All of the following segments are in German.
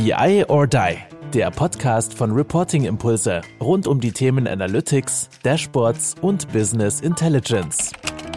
BI or Die, der Podcast von Reporting Impulse rund um die Themen Analytics, Dashboards und Business Intelligence.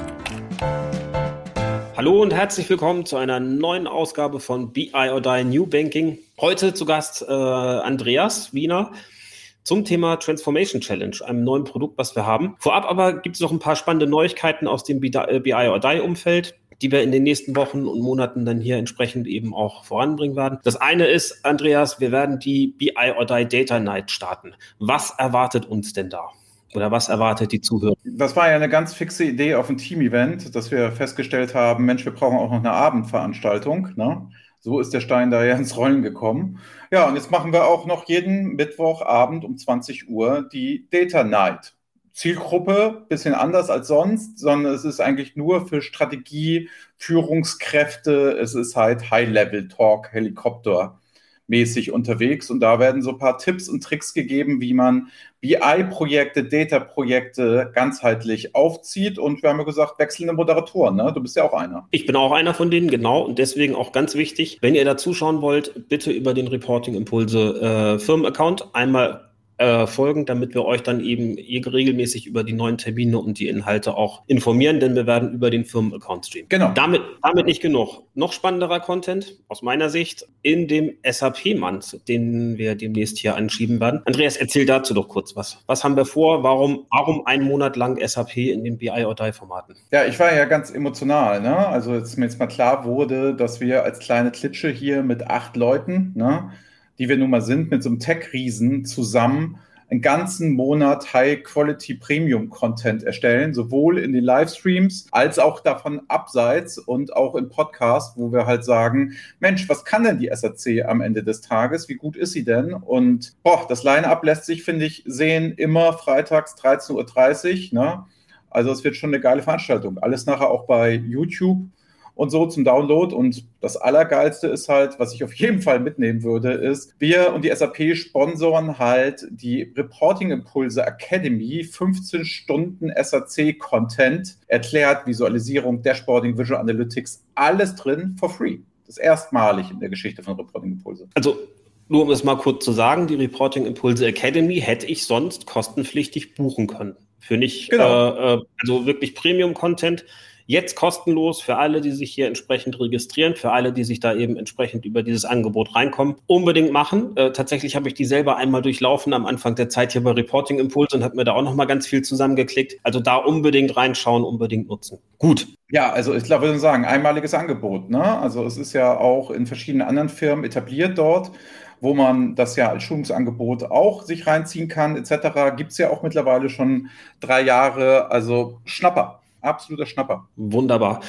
Hallo und herzlich willkommen zu einer neuen Ausgabe von BI or Die New Banking. Heute zu Gast Andreas Wiener zum Thema Transformation Challenge, einem neuen Produkt, was wir haben. Vorab aber gibt es noch ein paar spannende Neuigkeiten aus dem BI or Die Umfeld, die wir in den nächsten Wochen und Monaten dann hier entsprechend eben auch voranbringen werden. Das eine ist, Andreas, wir werden die BI or Die Data Night starten. Was erwartet uns denn da? Oder was erwartet die Zuhörer? Das war ja eine ganz fixe Idee auf ein Team-Event, dass wir festgestellt haben, Mensch, wir brauchen auch noch eine Abendveranstaltung, ne? So ist der Stein da ja ins Rollen gekommen. Ja, und jetzt machen wir auch noch jeden Mittwochabend um 20 Uhr die Data Night. Zielgruppe, bisschen anders als sonst, sondern es ist eigentlich nur für Strategie, Führungskräfte, es ist halt High-Level-Talk, Helikopter-mäßig unterwegs und da werden so ein paar Tipps und Tricks gegeben, wie man BI-Projekte, Data-Projekte ganzheitlich aufzieht und wir haben ja gesagt, wechselnde Moderatoren, ne? Du bist ja auch einer. Ich bin auch einer von denen, genau, und deswegen auch ganz wichtig, wenn ihr da zuschauen wollt, bitte über den Reporting Impulse Firmenaccount einmal folgen, damit wir euch dann eben regelmäßig über die neuen Termine und die Inhalte auch informieren, denn wir werden über den Firmenaccount streamen. Genau. Damit nicht genug. Noch spannenderer Content aus meiner Sicht in dem SAP-Month, den wir demnächst hier anschieben werden. Andreas, erzähl dazu doch kurz was. Was haben wir vor? Warum einen Monat lang SAP in den BI or Die Formaten? Ja, ich war ja ganz emotional, ne? Also als mir jetzt mal klar wurde, dass wir als kleine Klitsche hier mit 8 Leuten, ne, die wir nun mal sind, mit so einem Tech-Riesen zusammen einen ganzen Monat High-Quality-Premium-Content erstellen, sowohl in den Livestreams als auch davon abseits und auch im Podcast, wo wir halt sagen, Mensch, was kann denn die SAC am Ende des Tages? Wie gut ist sie denn? Und das Line-Up lässt sich, finde ich, sehen, immer freitags 13.30 Uhr, ne? Also es wird schon eine geile Veranstaltung. Alles nachher auch bei YouTube und so zum Download. Und das Allergeilste ist halt, was ich auf jeden Fall mitnehmen würde, ist, wir und die SAP sponsoren halt die Reporting Impulse Academy, 15 Stunden SAC-Content, erklärt, Visualisierung, Dashboarding, Visual Analytics, alles drin for free. Das ist erstmalig in der Geschichte von Reporting Impulse. Also nur um es mal kurz zu sagen, die Reporting Impulse Academy hätte ich sonst kostenpflichtig buchen können. Für nicht, genau. Also wirklich Premium-Content. Jetzt kostenlos für alle, die sich hier entsprechend registrieren, für alle, die sich da eben entsprechend über dieses Angebot reinkommen. Unbedingt machen. Tatsächlich habe ich die selber einmal durchlaufen am Anfang der Zeit hier bei Reporting Impulse und habe mir da auch nochmal ganz viel zusammengeklickt. Also da unbedingt reinschauen, unbedingt nutzen. Gut. Ja, also ich glaube, würde sagen, einmaliges Angebot, ne? Also es ist ja auch in verschiedenen anderen Firmen etabliert dort, wo man das ja als Schulungsangebot auch sich reinziehen kann, etc. Gibt es ja auch mittlerweile schon 3 Jahre. Also Schnapper. Absoluter Schnapper. Wunderbar.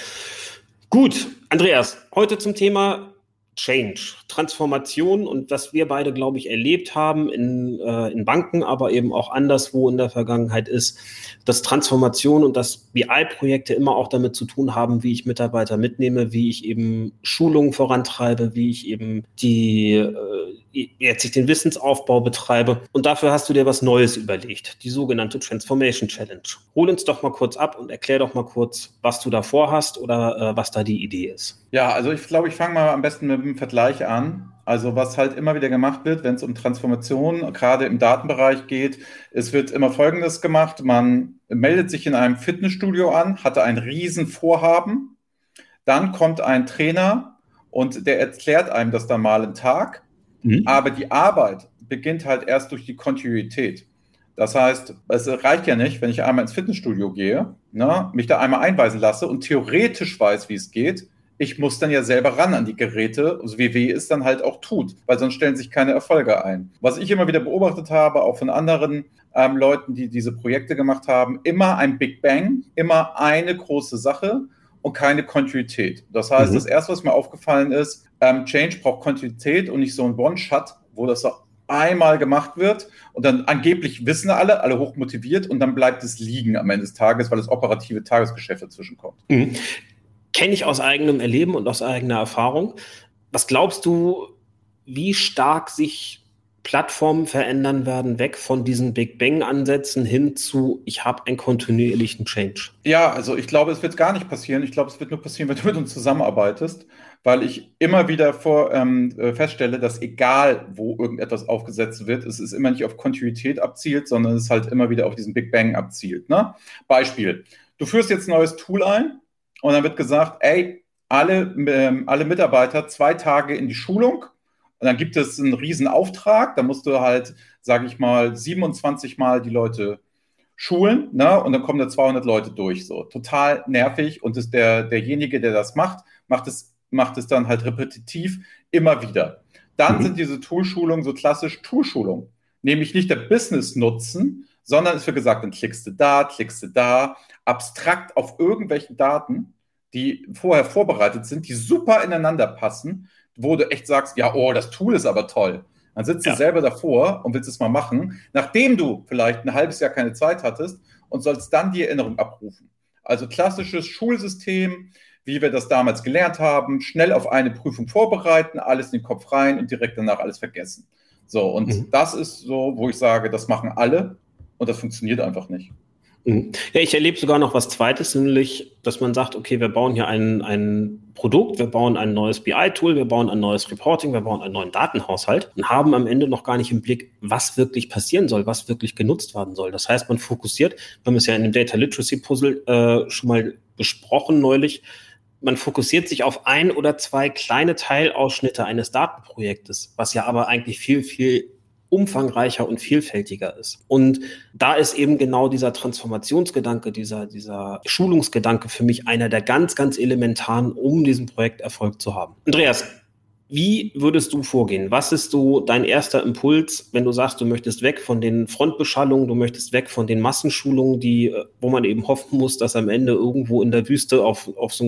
Gut, Andreas, heute zum Thema Change, Transformation und was wir beide, glaube ich, erlebt haben in Banken, aber eben auch anderswo in der Vergangenheit ist, dass Transformation und dass BI-Projekte immer auch damit zu tun haben, wie ich Mitarbeiter mitnehme, wie ich eben Schulungen vorantreibe, wie ich eben jetzt den Wissensaufbau betreibe. Und dafür hast du dir was Neues überlegt, die sogenannte Transformation Challenge. Hol uns doch mal kurz ab und erklär doch mal kurz, was du da vorhast oder was da die Idee ist. Ja, also ich glaube, ich fange mal am besten mit dem Vergleich an. Also was halt immer wieder gemacht wird, wenn es um Transformation, gerade im Datenbereich geht, es wird immer Folgendes gemacht. Man meldet sich in einem Fitnessstudio an, hatte ein Riesenvorhaben. Dann kommt ein Trainer und der erklärt einem das dann mal einen Tag. Aber die Arbeit beginnt halt erst durch die Kontinuität. Das heißt, es reicht ja nicht, wenn ich einmal ins Fitnessstudio gehe, ne, mich da einmal einweisen lasse und theoretisch weiß, wie es geht. Ich muss dann ja selber ran an die Geräte, so wie es dann halt auch tut, weil sonst stellen sich keine Erfolge ein. Was ich immer wieder beobachtet habe, auch von anderen Leuten, die diese Projekte gemacht haben, immer ein Big Bang, immer eine große Sache und keine Kontinuität. Das heißt, das Erste, was mir aufgefallen ist, Change braucht Kontinuität und nicht so ein One-Shot, wo das so einmal gemacht wird und dann angeblich wissen alle hoch motiviert und dann bleibt es liegen am Ende des Tages, weil das operative Tagesgeschäft dazwischen kommt. Kenne ich aus eigenem Erleben und aus eigener Erfahrung. Was glaubst du, wie stark sich Plattformen verändern werden, weg von diesen Big Bang-Ansätzen hin zu, ich habe einen kontinuierlichen Change? Ja, also ich glaube, es wird gar nicht passieren. Ich glaube, es wird nur passieren, wenn du mit uns zusammenarbeitest, weil ich immer wieder feststelle, dass egal, wo irgendetwas aufgesetzt wird, es ist immer nicht auf Kontinuität abzielt, sondern es halt immer wieder auf diesen Big Bang abzielt. Ne? Beispiel, du führst jetzt ein neues Tool ein und dann wird gesagt, ey, alle Mitarbeiter 2 Tage in die Schulung. Und dann gibt es einen riesen Auftrag, da musst du halt, sage ich mal, 27 Mal die Leute schulen, ne? Und dann kommen da 200 Leute durch, so. Total nervig und derjenige, der das macht es dann halt repetitiv immer wieder. Dann sind diese Toolschulungen so klassisch Toolschulungen, nämlich nicht der Business-Nutzen, sondern es wird gesagt, dann klickst du da, abstrakt auf irgendwelchen Daten, die vorher vorbereitet sind, die super ineinander passen, wo du echt sagst, ja, oh, das Tool ist aber toll. Dann sitzt du selber davor und willst es mal machen, nachdem du vielleicht ein halbes Jahr keine Zeit hattest und sollst dann die Erinnerung abrufen. Also klassisches Schulsystem, wie wir das damals gelernt haben, schnell auf eine Prüfung vorbereiten, alles in den Kopf rein und direkt danach alles vergessen. So, und das ist so, wo ich sage, das machen alle und das funktioniert einfach nicht. Ja, ich erlebe sogar noch was Zweites, nämlich, dass man sagt, okay, wir bauen hier ein Produkt, wir bauen ein neues BI-Tool, wir bauen ein neues Reporting, wir bauen einen neuen Datenhaushalt und haben am Ende noch gar nicht im Blick, was wirklich passieren soll, was wirklich genutzt werden soll. Das heißt, man fokussiert, wir haben es ja in dem Data Literacy Puzzle schon mal besprochen neulich, man fokussiert sich auf 1 oder 2 kleine Teilausschnitte eines Datenprojektes, was ja aber eigentlich viel, viel umfangreicher und vielfältiger ist. Und da ist eben genau dieser Transformationsgedanke, dieser Schulungsgedanke für mich einer der ganz, ganz elementaren, um diesen Projekterfolg zu haben. Andreas, wie würdest du vorgehen? Was ist so dein erster Impuls, wenn du sagst, du möchtest weg von den Frontbeschallungen, du möchtest weg von den Massenschulungen, wo man eben hoffen muss, dass am Ende irgendwo in der Wüste auf so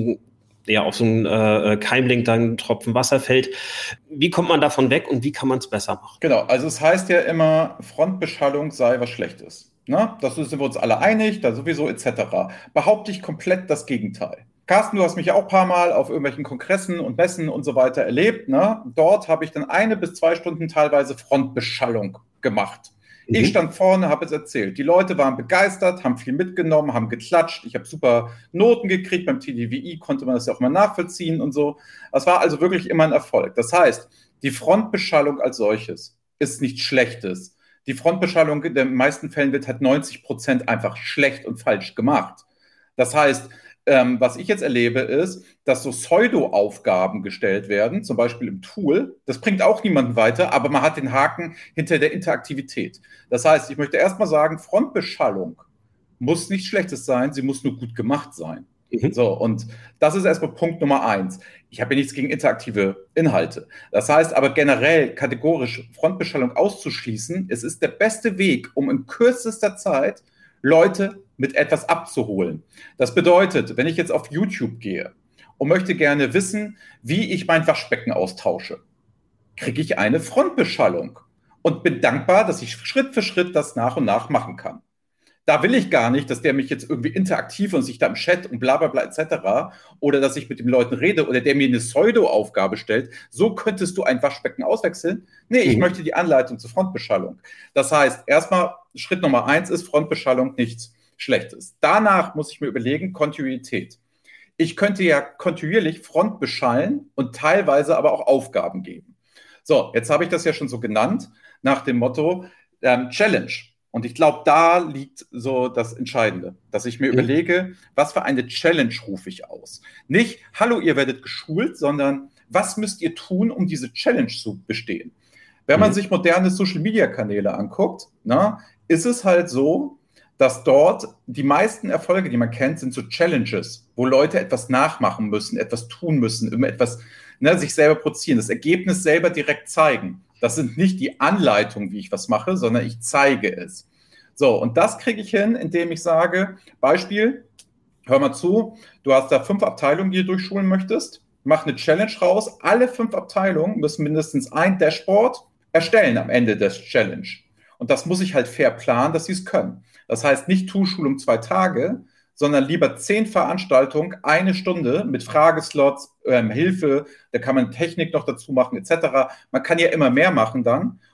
einen Keimling dann ein Tropfen Wasser fällt. Wie kommt man davon weg und wie kann man es besser machen? Genau, also es heißt ja immer, Frontbeschallung sei was Schlechtes. Ne? Das sind wir uns alle einig, da sowieso etc. Behaupte ich komplett das Gegenteil. Carsten, du hast mich ja auch ein paar Mal auf irgendwelchen Kongressen und Messen und so weiter erlebt. Ne? Dort habe ich dann 1 bis 2 Stunden teilweise Frontbeschallung gemacht. Ich stand vorne, habe es erzählt. Die Leute waren begeistert, haben viel mitgenommen, haben geklatscht. Ich habe super Noten gekriegt. Beim TDWI konnte man das ja auch mal nachvollziehen und so. Das war also wirklich immer ein Erfolg. Das heißt, die Frontbeschallung als solches ist nichts Schlechtes. Die Frontbeschallung in den meisten Fällen wird halt 90% einfach schlecht und falsch gemacht. Das heißt, was ich jetzt erlebe, ist, dass so Pseudo-Aufgaben gestellt werden, zum Beispiel im Tool. Das bringt auch niemanden weiter, aber man hat den Haken hinter der Interaktivität. Das heißt, ich möchte erstmal sagen, Frontbeschallung muss nichts Schlechtes sein, sie muss nur gut gemacht sein. So, und das ist erstmal Punkt Nummer 1. Ich habe ja nichts gegen interaktive Inhalte. Das heißt aber generell kategorisch Frontbeschallung auszuschließen, es ist der beste Weg, um in kürzester Zeit Leute mit etwas abzuholen. Das bedeutet, wenn ich jetzt auf YouTube gehe und möchte gerne wissen, wie ich mein Waschbecken austausche, kriege ich eine Frontbeschallung und bin dankbar, dass ich Schritt für Schritt das nach und nach machen kann. Da will ich gar nicht, dass der mich jetzt irgendwie interaktiv und sich da im Chat und bla bla bla etc. oder dass ich mit den Leuten rede oder der mir eine Pseudo-Aufgabe stellt. So könntest du ein Waschbecken auswechseln. Nee, ich möchte die Anleitung zur Frontbeschallung. Das heißt, erstmal Schritt Nummer 1 ist Frontbeschallung nichts Schlechtes. Danach muss ich mir überlegen, Kontinuität. Ich könnte ja kontinuierlich Front beschallen und teilweise aber auch Aufgaben geben. So, jetzt habe ich das ja schon so genannt, nach dem Motto Challenge. Und ich glaube, da liegt so das Entscheidende, dass ich mir überlege, was für eine Challenge rufe ich aus. Nicht, hallo, ihr werdet geschult, sondern was müsst ihr tun, um diese Challenge zu bestehen? Wenn man sich moderne Social-Media-Kanäle anguckt, ist es halt so, dass dort die meisten Erfolge, die man kennt, sind so Challenges, wo Leute etwas nachmachen müssen, etwas tun müssen, immer etwas sich selber produzieren, das Ergebnis selber direkt zeigen. Das sind nicht die Anleitungen, wie ich was mache, sondern ich zeige es. So, und das kriege ich hin, indem ich sage, Beispiel, hör mal zu, du hast da 5 Abteilungen, die du durchschulen möchtest, mach eine Challenge raus, alle 5 Abteilungen müssen mindestens ein Dashboard erstellen am Ende des Challenge. Und das muss ich halt fair planen, dass sie es können. Das heißt nicht Toolschulung 2 Tage, sondern lieber 10 Veranstaltungen, 1 Stunde mit Frageslots, Hilfe, da kann man Technik noch dazu machen, etc. Man kann ja immer mehr machen dann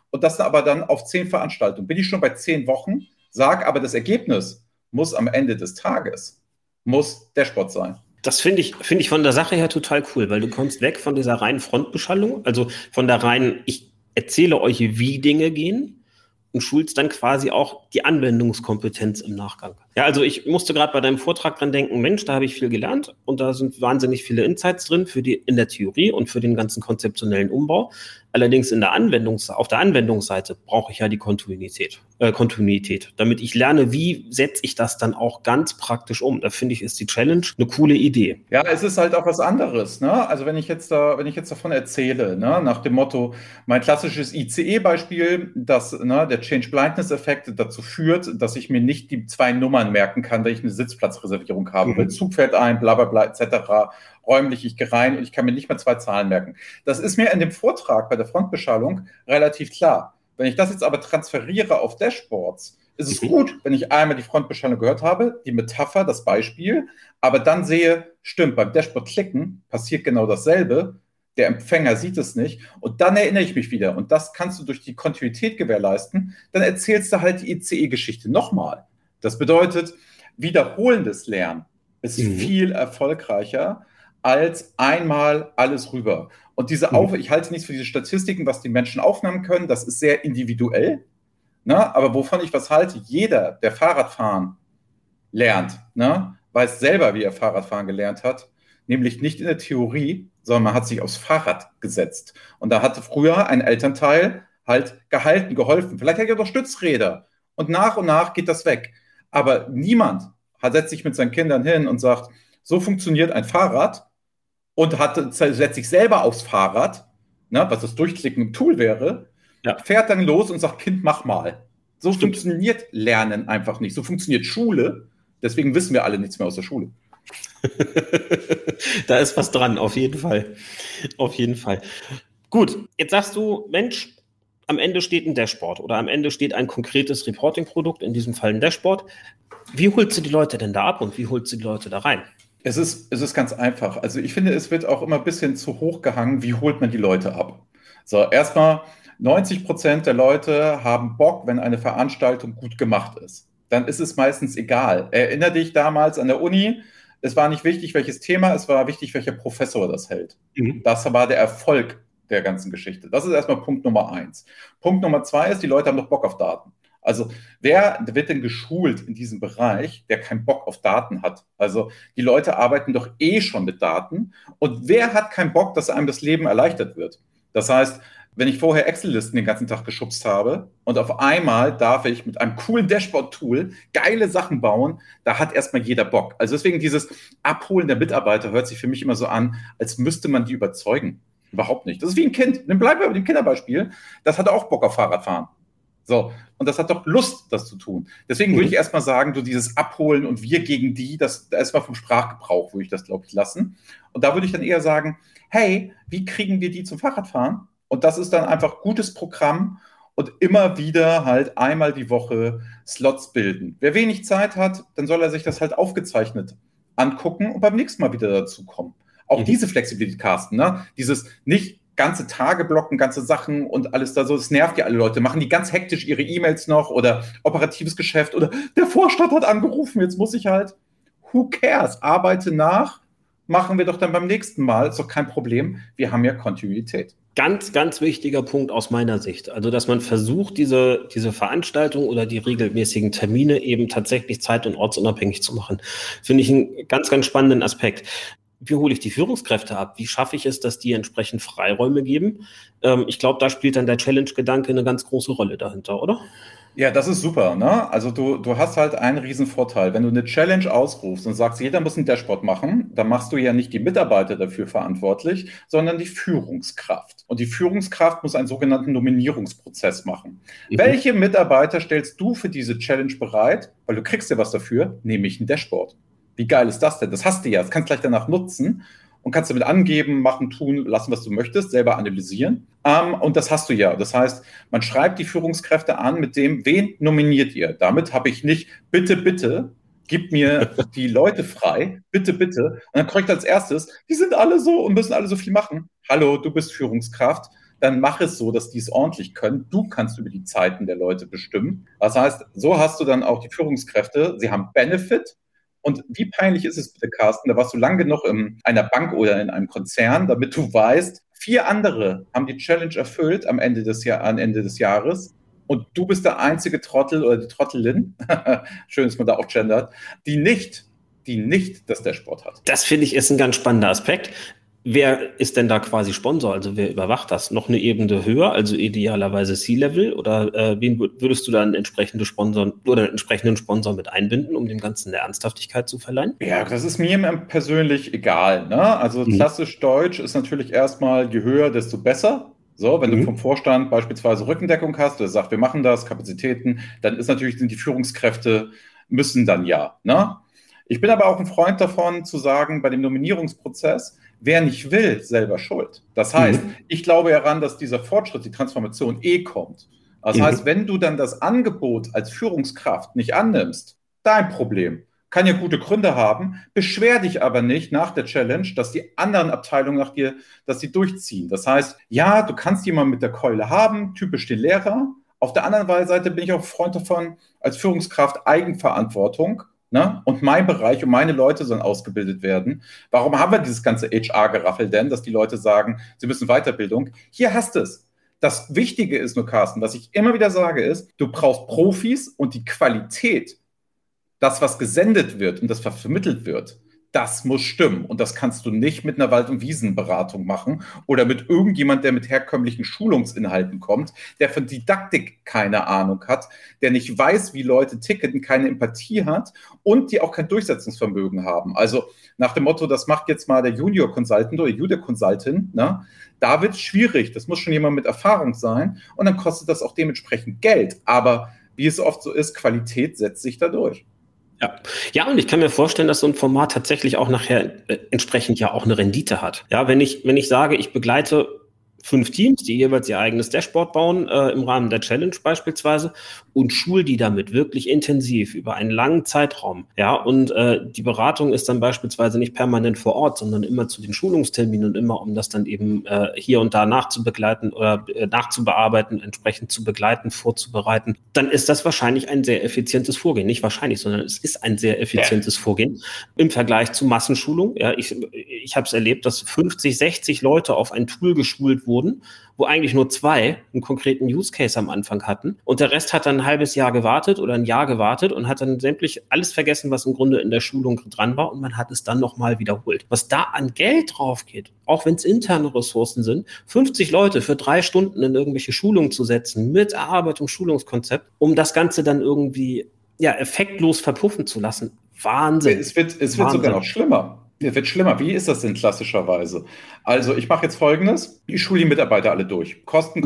und das aber dann auf 10 Veranstaltungen. Bin ich schon bei 10 Wochen, sage aber, das Ergebnis muss am Ende des Tages, muss Dashboard sein. Das finde ich von der Sache her total cool, weil du kommst weg von dieser reinen Frontbeschallung, also von der reinen, ich erzähle euch, wie Dinge gehen, und schulst dann quasi auch die Anwendungskompetenz im Nachgang. Ja, also ich musste gerade bei deinem Vortrag dran denken, Mensch, da habe ich viel gelernt und da sind wahnsinnig viele Insights drin in der Theorie und für den ganzen konzeptionellen Umbau. Allerdings auf der Anwendungsseite brauche ich ja die Kontinuität, damit ich lerne, wie setze ich das dann auch ganz praktisch um. Da finde ich, ist die Challenge eine coole Idee. Ja, es ist halt auch was anderes, ne? Also wenn ich jetzt davon erzähle, ne, nach dem Motto, mein klassisches ICE-Beispiel, dass der Change-Blindness-Effekt dazu führt, dass ich mir nicht die 2 Nummern merken kann, wenn ich eine Sitzplatzreservierung habe. Weil Zug fährt ein, bla bla bla etc. Räumlich, ich gehe rein und ich kann mir nicht mehr 2 Zahlen merken. Das ist mir in dem Vortrag bei der Frontbeschallung relativ klar. Wenn ich das jetzt aber transferiere auf Dashboards, ist es gut, wenn ich einmal die Frontbeschallung gehört habe, die Metapher, das Beispiel, aber dann sehe, stimmt, beim Dashboard klicken passiert genau dasselbe, der Empfänger sieht es nicht und dann erinnere ich mich wieder und das kannst du durch die Kontinuität gewährleisten, dann erzählst du halt die ICE-Geschichte nochmal. Das bedeutet, wiederholendes Lernen ist viel erfolgreicher als einmal alles rüber. Und ich halte nichts für diese Statistiken, was die Menschen aufnehmen können, das ist sehr individuell. Ne? Aber wovon ich was halte, jeder, der Fahrradfahren lernt, ne, weiß selber, wie er Fahrradfahren gelernt hat, nämlich nicht in der Theorie, sondern man hat sich aufs Fahrrad gesetzt. Und da hatte früher ein Elternteil halt gehalten, geholfen. Vielleicht hat er doch Stützräder. Und nach geht das weg. Aber niemand setzt sich mit seinen Kindern hin und sagt, so funktioniert ein Fahrrad und setzt sich selber aufs Fahrrad, ne, was das Durchklicken im Tool wäre, fährt dann los und sagt, Kind, mach mal. So funktioniert Lernen einfach nicht. So funktioniert Schule. Deswegen wissen wir alle nichts mehr aus der Schule. Da ist was dran, auf jeden Fall. Auf jeden Fall. Gut, jetzt sagst du, Mensch, am Ende steht ein Dashboard oder am Ende steht ein konkretes Reporting-Produkt, in diesem Fall ein Dashboard. Wie holst du die Leute denn da ab und wie holst du die Leute da rein? Es ist ganz einfach. Also ich finde, es wird auch immer ein bisschen zu hoch gehangen, wie holt man die Leute ab? So, erstmal 90% der Leute haben Bock, wenn eine Veranstaltung gut gemacht ist. Dann ist es meistens egal. Erinner dich damals an der Uni, es war nicht wichtig, welches Thema, es war wichtig, welcher Professor das hält. Das war der Erfolg der ganzen Geschichte. Das ist erstmal Punkt Nummer 1. Punkt Nummer 2 ist, die Leute haben doch Bock auf Daten. Also wer wird denn geschult in diesem Bereich, der keinen Bock auf Daten hat? Also die Leute arbeiten doch schon mit Daten. Und wer hat keinen Bock, dass einem das Leben erleichtert wird? Das heißt, wenn ich vorher Excel-Listen den ganzen Tag geschubst habe und auf einmal darf ich mit einem coolen Dashboard-Tool geile Sachen bauen, da hat erstmal jeder Bock. Also deswegen dieses Abholen der Mitarbeiter hört sich für mich immer so an, als müsste man die überzeugen. Überhaupt nicht. Das ist wie ein Kind. Dann bleiben wir bei dem Kinderbeispiel. Das hat auch Bock auf Fahrradfahren. So, und das hat doch Lust, das zu tun. Deswegen würde ich erstmal sagen, so dieses Abholen und wir gegen die, das erstmal vom Sprachgebrauch würde ich das, glaube ich, lassen. Und da würde ich dann eher sagen, hey, wie kriegen wir die zum Fahrradfahren? Und das ist dann einfach gutes Programm und immer wieder halt einmal die Woche Slots bilden. Wer wenig Zeit hat, dann soll er sich das halt aufgezeichnet angucken und beim nächsten Mal wieder dazu kommen. Auch diese Flexibilität, Carsten, ne? Dieses nicht ganze Tage blocken, ganze Sachen und alles da so, das nervt ja alle Leute, machen die ganz hektisch ihre E-Mails noch oder operatives Geschäft oder der Vorstand hat angerufen, jetzt muss ich halt, who cares, arbeite nach, machen wir doch dann beim nächsten Mal, ist doch kein Problem, wir haben ja Kontinuität. Ganz, ganz wichtiger Punkt aus meiner Sicht. Also, dass man versucht, diese Veranstaltung oder die regelmäßigen Termine eben tatsächlich zeit- und ortsunabhängig zu machen. Finde ich einen ganz, ganz spannenden Aspekt. Wie hole ich die Führungskräfte ab? Wie schaffe ich es, dass die entsprechend Freiräume geben? Ich glaube, da spielt dann der Challenge-Gedanke eine ganz große Rolle dahinter, oder? Ja, das ist super, ne? Also du hast halt einen riesen Vorteil. Wenn du eine Challenge ausrufst und sagst, jeder muss ein Dashboard machen, dann machst du ja nicht die Mitarbeiter dafür verantwortlich, sondern die Führungskraft. Und die Führungskraft muss einen sogenannten Nominierungsprozess machen. Welche Mitarbeiter stellst du für diese Challenge bereit? Weil du kriegst ja was dafür, nämlich ein Dashboard. Wie geil ist das denn? Das hast du ja, das kannst du gleich danach nutzen und kannst damit angeben, machen, tun, lassen, was du möchtest, selber analysieren. Und das hast du ja. Das heißt, man schreibt die Führungskräfte an mit dem, wen nominiert ihr? Damit habe ich nicht, bitte, bitte, gib mir die Leute frei, bitte, bitte. Und dann korrekt als erstes, die sind alle so und müssen alle so viel machen. Hallo, du bist Führungskraft. dann mach es so, dass die es ordentlich können. Du kannst über die Zeiten der Leute bestimmen. Das heißt, so hast du dann auch die Führungskräfte, sie haben Benefit. Und wie peinlich ist es bitte, Carsten, da warst du lang genug in einer Bank oder in einem Konzern, damit du weißt, 4 andere haben die Challenge erfüllt am Ende des Jahres. Und du bist der einzige Trottel oder die Trottelin, schön, dass man da auch gendert, die nicht das Dashboard hat. Das finde ich ist ein ganz spannender Aspekt. Wer ist denn da quasi Sponsor? Also wer überwacht das? Noch eine Ebene höher, also idealerweise C-Level? Oder wen würdest du da einen entsprechenden Sponsor mit einbinden, um dem Ganzen eine Ernsthaftigkeit zu verleihen? Ja, das ist mir persönlich egal. Ne? Also klassisch Deutsch ist natürlich erstmal, je höher, desto besser. So, wenn du vom Vorstand beispielsweise Rückendeckung hast, der sagt, wir machen das, Kapazitäten, dann sind die Führungskräfte müssen dann ja. Ne? Ich bin aber auch ein Freund davon, zu sagen, bei dem Nominierungsprozess, wer nicht will, selber schuld. Das heißt, ich glaube daran, dass dieser Fortschritt, die Transformation kommt. Das heißt, wenn du dann das Angebot als Führungskraft nicht annimmst, dein Problem. Kann ja gute Gründe haben, beschwer dich aber nicht nach der Challenge, dass die anderen Abteilungen nach dir, dass sie durchziehen. Das heißt, ja, du kannst jemanden mit der Keule haben, typisch den Lehrer. Auf der anderen Seite bin ich auch Freund davon, als Führungskraft Eigenverantwortung. Ne? Und mein Bereich und meine Leute sollen ausgebildet werden. Warum haben wir dieses ganze HR-Geraffel denn, dass die Leute sagen, sie müssen Weiterbildung? Hier hast du es. Das Wichtige ist nur, Carsten, was ich immer wieder sage, ist, du brauchst Profis und die Qualität, das, was gesendet wird und das, was vermittelt wird, das muss stimmen. Und das kannst du nicht mit einer Wald- und Wiesenberatung machen oder mit irgendjemand, der mit herkömmlichen Schulungsinhalten kommt, der von Didaktik keine Ahnung hat, der nicht weiß, wie Leute ticken, keine Empathie hat und die auch kein Durchsetzungsvermögen haben. Also nach dem Motto, das macht jetzt mal der Junior Consultant oder Junior Consultant, ne? Da wird es schwierig. Das muss schon jemand mit Erfahrung sein und dann kostet das auch dementsprechend Geld. Aber wie es oft so ist, Qualität setzt sich da durch. Ja, und ich kann mir vorstellen, dass so ein Format tatsächlich auch nachher entsprechend ja auch eine Rendite hat. Ja, wenn ich sage, ich begleite 5 Teams, die jeweils ihr eigenes Dashboard bauen, im Rahmen der Challenge beispielsweise, und schul die damit wirklich intensiv über einen langen Zeitraum. Ja, und die Beratung ist dann beispielsweise nicht permanent vor Ort, sondern immer zu den Schulungsterminen und immer, um das dann eben hier und da nachzubegleiten oder nachzubearbeiten, entsprechend zu begleiten, vorzubereiten, dann ist das wahrscheinlich ein sehr effizientes Vorgehen. Nicht wahrscheinlich, sondern es ist ein sehr effizientes Vorgehen im Vergleich zu Massenschulung. Ja, ich habe es erlebt, dass 50, 60 Leute auf ein Tool geschult wurden, wo eigentlich nur 2 einen konkreten Use Case am Anfang hatten. Und der Rest hat dann ein halbes Jahr gewartet oder ein Jahr gewartet und hat dann sämtlich alles vergessen, was im Grunde in der Schulung dran war. Und man hat es dann nochmal wiederholt. Was da an Geld drauf geht, auch wenn es interne Ressourcen sind, 50 Leute für 3 Stunden in irgendwelche Schulungen zu setzen, mit Erarbeitung, Schulungskonzept, um das Ganze dann irgendwie effektlos verpuffen zu lassen. Wahnsinn. Es wird sogar noch schlimmer. Es wird schlimmer. Wie ist das denn klassischerweise? Also ich mache jetzt Folgendes. Ich schule die Mitarbeiter alle durch. Kosten.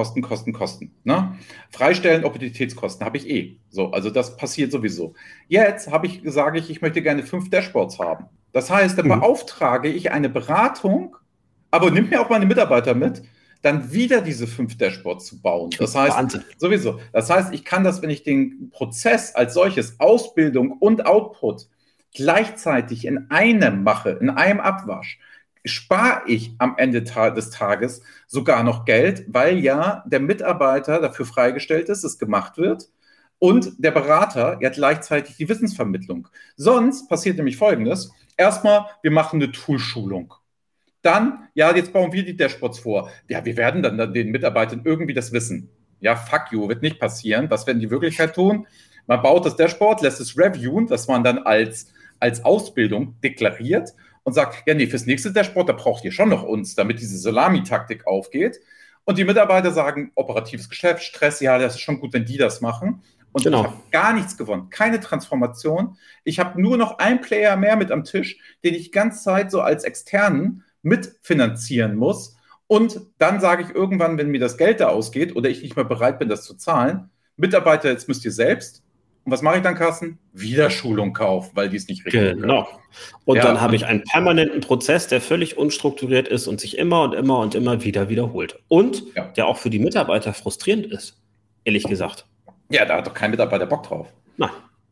Ne? Freistellen, Opportunitätskosten habe ich So, also das passiert sowieso. Jetzt sage ich möchte gerne 5 Dashboards haben. Das heißt, dann beauftrage ich eine Beratung, aber nimmt mir auch meine Mitarbeiter mit, dann wieder diese 5 Dashboards zu bauen. Das heißt, Wahnsinn. Sowieso. Das heißt, ich kann das, wenn ich den Prozess als solches, Ausbildung und Output, gleichzeitig in einem mache, in einem Abwasch, spare ich am Ende des Tages sogar noch Geld, weil ja der Mitarbeiter dafür freigestellt ist, es gemacht wird und der Berater ja gleichzeitig die Wissensvermittlung. Sonst passiert nämlich Folgendes. Erstmal, wir machen eine Toolschulung. Dann, jetzt bauen wir die Dashboards vor. Ja, wir werden dann den Mitarbeitern irgendwie das Wissen. Ja, fuck you, wird nicht passieren. Was werden die in Wirklichkeit tun? Man baut das Dashboard, lässt es reviewen, das man dann als Ausbildung deklariert und sagt, fürs nächste Dashboard, da braucht ihr schon noch uns, damit diese Salami-Taktik aufgeht. Und die Mitarbeiter sagen, operatives Geschäft, Stress, das ist schon gut, wenn die das machen. Und ich habe gar nichts gewonnen, keine Transformation. Ich habe nur noch einen Player mehr mit am Tisch, den ich die ganze Zeit so als Externen mitfinanzieren muss. Und dann sage ich irgendwann, wenn mir das Geld da ausgeht oder ich nicht mehr bereit bin, das zu zahlen, Mitarbeiter, jetzt müsst ihr selbst. Und was mache ich dann, Carsten? Wieder Schulung kaufen, weil die es nicht richtig Genau. Und dann habe ich einen permanenten Prozess, der völlig unstrukturiert ist und sich immer und immer und immer wieder wiederholt. Und der auch für die Mitarbeiter frustrierend ist, ehrlich gesagt. Ja, da hat doch kein Mitarbeiter Bock drauf. Nein.